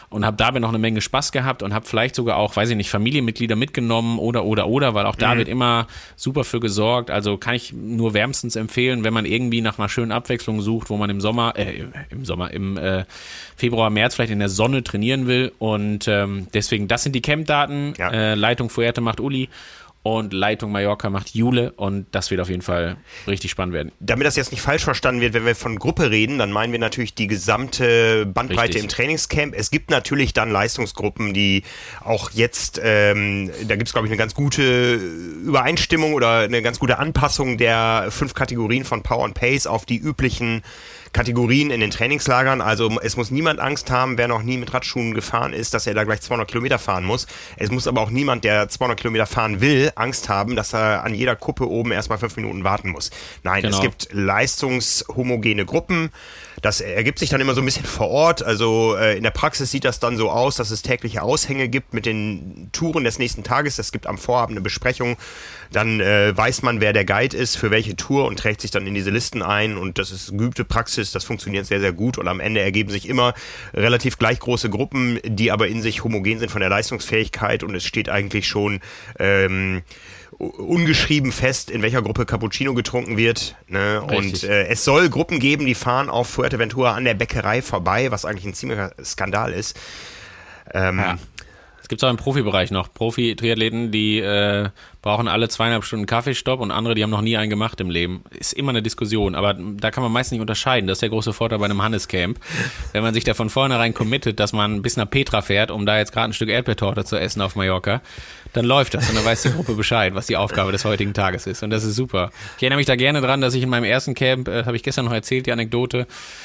und habe dabei noch eine Menge Spaß gehabt und habe vielleicht sogar auch, weiß ich nicht, Familienmitglieder mitgenommen oder, oder, oder, weil auch da mhm. wird immer super für gesorgt. Also kann ich nur wärmstens empfehlen, wenn man irgendwie nach einer schönen Abwechslung sucht, wo man im Sommer, äh, im Sommer, im äh, Februar, März vielleicht in der Sonne trainieren will. Und ähm, deswegen, das sind die Campdaten. Ja. Äh, Leitung Fuerte macht Uli. Und Leitung Mallorca macht Jule und das wird auf jeden Fall richtig spannend werden. Damit das jetzt nicht falsch verstanden wird, wenn wir von Gruppe reden, dann meinen wir natürlich die gesamte Bandbreite richtig. Im Trainingscamp. Es gibt natürlich dann Leistungsgruppen, die auch jetzt, ähm, da gibt es glaube ich eine ganz gute Übereinstimmung oder eine ganz gute Anpassung der fünf Kategorien von Power and Pace auf die üblichen Kategorien in den Trainingslagern. Also es muss niemand Angst haben, wer noch nie mit Radschuhen gefahren ist, dass er da gleich zweihundert Kilometer fahren muss. Es muss aber auch niemand, der zweihundert Kilometer fahren will, Angst haben, dass er an jeder Kuppe oben erstmal fünf Minuten warten muss. Nein, genau. Es gibt leistungshomogene Gruppen. Das ergibt sich dann immer so ein bisschen vor Ort. Also äh, in der Praxis sieht das dann so aus, dass es tägliche Aushänge gibt mit den Touren des nächsten Tages. Es gibt am Vorabend eine Besprechung. Dann äh, weiß man, wer der Guide ist, für welche Tour und trägt sich dann in diese Listen ein. Und das ist geübte Praxis. Das funktioniert sehr, sehr gut. Und am Ende ergeben sich immer relativ gleich große Gruppen, die aber in sich homogen sind von der Leistungsfähigkeit. Und es steht eigentlich schon ähm, ungeschrieben fest, in welcher Gruppe Cappuccino getrunken wird. Ne? Und äh, es soll Gruppen geben, die fahren auf Fuerteventura an der Bäckerei vorbei, was eigentlich ein ziemlicher Skandal ist. Ähm, ja. Es gibt auch im Profibereich noch Profi-Triathleten, die äh, brauchen alle zweieinhalb Stunden Kaffeestopp und andere, die haben noch nie einen gemacht im Leben. Ist immer eine Diskussion, aber da kann man meist nicht unterscheiden. Das ist der große Vorteil bei einem Hannescamp. Wenn man sich da von vornherein committet, dass man bis nach Petra fährt, um da jetzt gerade ein Stück Erdbeertorte zu essen auf Mallorca, dann läuft das und dann weiß die Gruppe Bescheid, was die Aufgabe des heutigen Tages ist. Und das ist super. Ich erinnere mich da gerne dran, dass ich in meinem ersten Camp, äh, habe ich gestern noch erzählt, die Anekdote,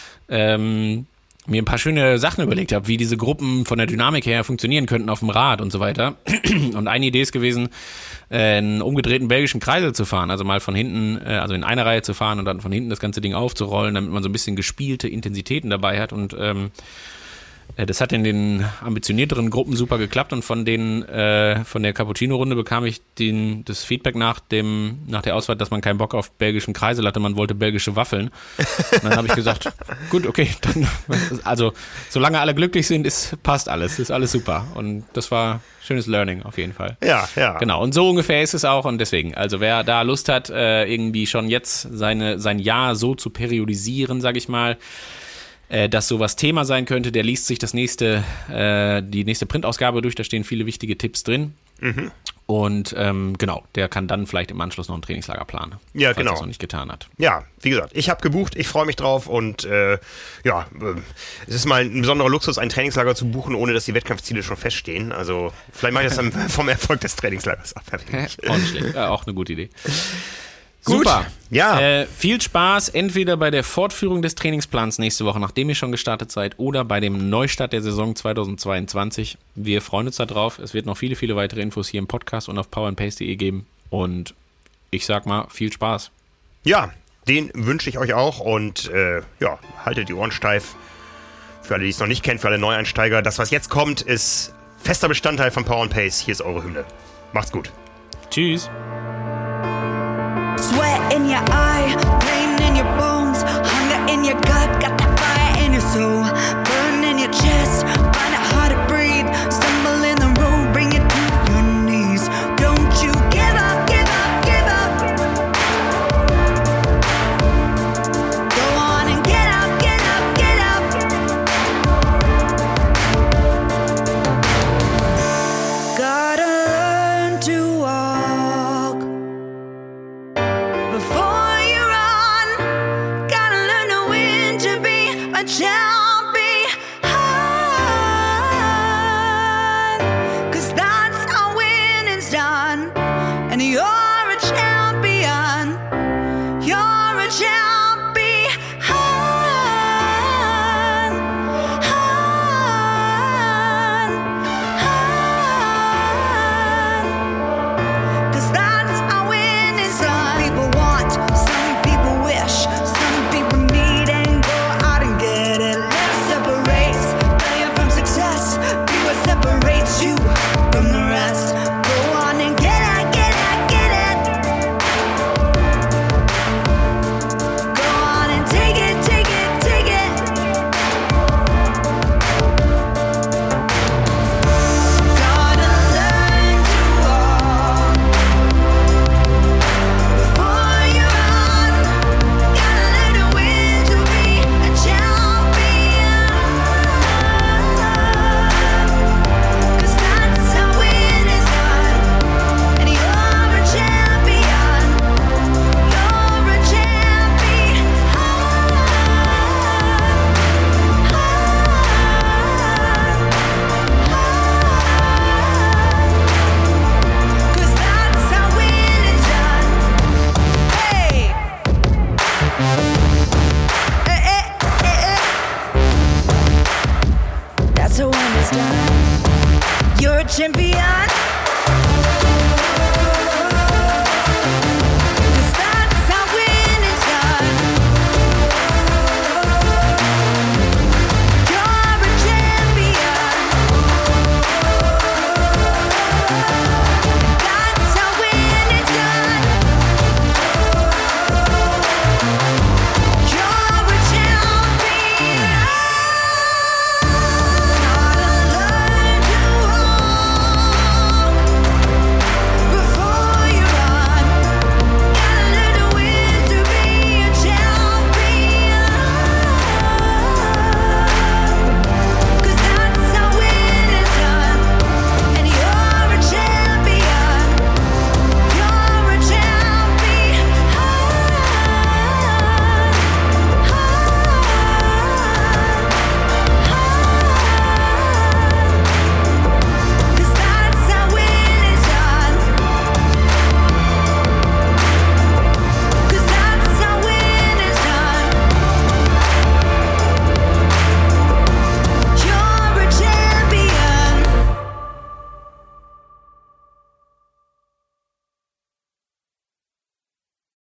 ähm, mir ein paar schöne Sachen überlegt habe, wie diese Gruppen von der Dynamik her funktionieren könnten auf dem Rad und so weiter. Und eine Idee ist gewesen, einen umgedrehten belgischen Kreisel zu fahren, also mal von hinten, also in einer Reihe zu fahren und dann von hinten das ganze Ding aufzurollen, damit man so ein bisschen gespielte Intensitäten dabei hat. Und ähm, das hat in den ambitionierteren Gruppen super geklappt und von den äh, von der Cappuccino-Runde bekam ich den, das Feedback nach dem nach der Auswahl, dass man keinen Bock auf belgischen Kreisel hatte, man wollte belgische Waffeln. Und dann habe ich gesagt, gut, okay, dann also solange alle glücklich sind, ist passt alles, ist alles super. Und das war schönes Learning auf jeden Fall. Ja, ja. Genau, und so ungefähr ist es auch und deswegen, also wer da Lust hat, äh, irgendwie schon jetzt seine sein Jahr so zu periodisieren, sage ich mal, dass sowas Thema sein könnte, der liest sich das nächste, äh, die nächste Printausgabe durch, da stehen viele wichtige Tipps drin. Mhm. Und ähm, genau, der kann dann vielleicht im Anschluss noch ein Trainingslager planen, ja, falls genau. er es noch nicht getan hat. Ja, wie gesagt, ich habe gebucht, ich freue mich drauf und äh, ja, äh, es ist mal ein besonderer Luxus, ein Trainingslager zu buchen, ohne dass die Wettkampfziele schon feststehen. Also vielleicht mache ich das dann vom Erfolg des Trainingslagers abhängig. Auch nicht schlecht, ja, auch eine gute Idee. Gut. Super. Ja. Äh, viel Spaß entweder bei der Fortführung des Trainingsplans nächste Woche, nachdem ihr schon gestartet seid, oder bei dem Neustart der Saison zweitausendzweiundzwanzig. Wir freuen uns darauf. Es wird noch viele, viele weitere Infos hier im Podcast und auf power and pace punkt de geben. Und ich sag mal, viel Spaß. Ja, den wünsche ich euch auch. Und äh, ja, haltet die Ohren steif. Für alle, die es noch nicht kennen, für alle Neueinsteiger. Das, was jetzt kommt, ist fester Bestandteil von Power and Pace. Hier ist eure Hymne. Macht's gut. Tschüss. Sweat in your eye, pain in your bones, hunger in your gut, got that fire in your soul, burn in your chest, find it hard to breathe, stumble in the road, bring it to your knees. Don't you give up, give up, give up. Go on and get up, get up, get up. Gotta learn to walk before you run, gotta learn to win to be a champion. beyond.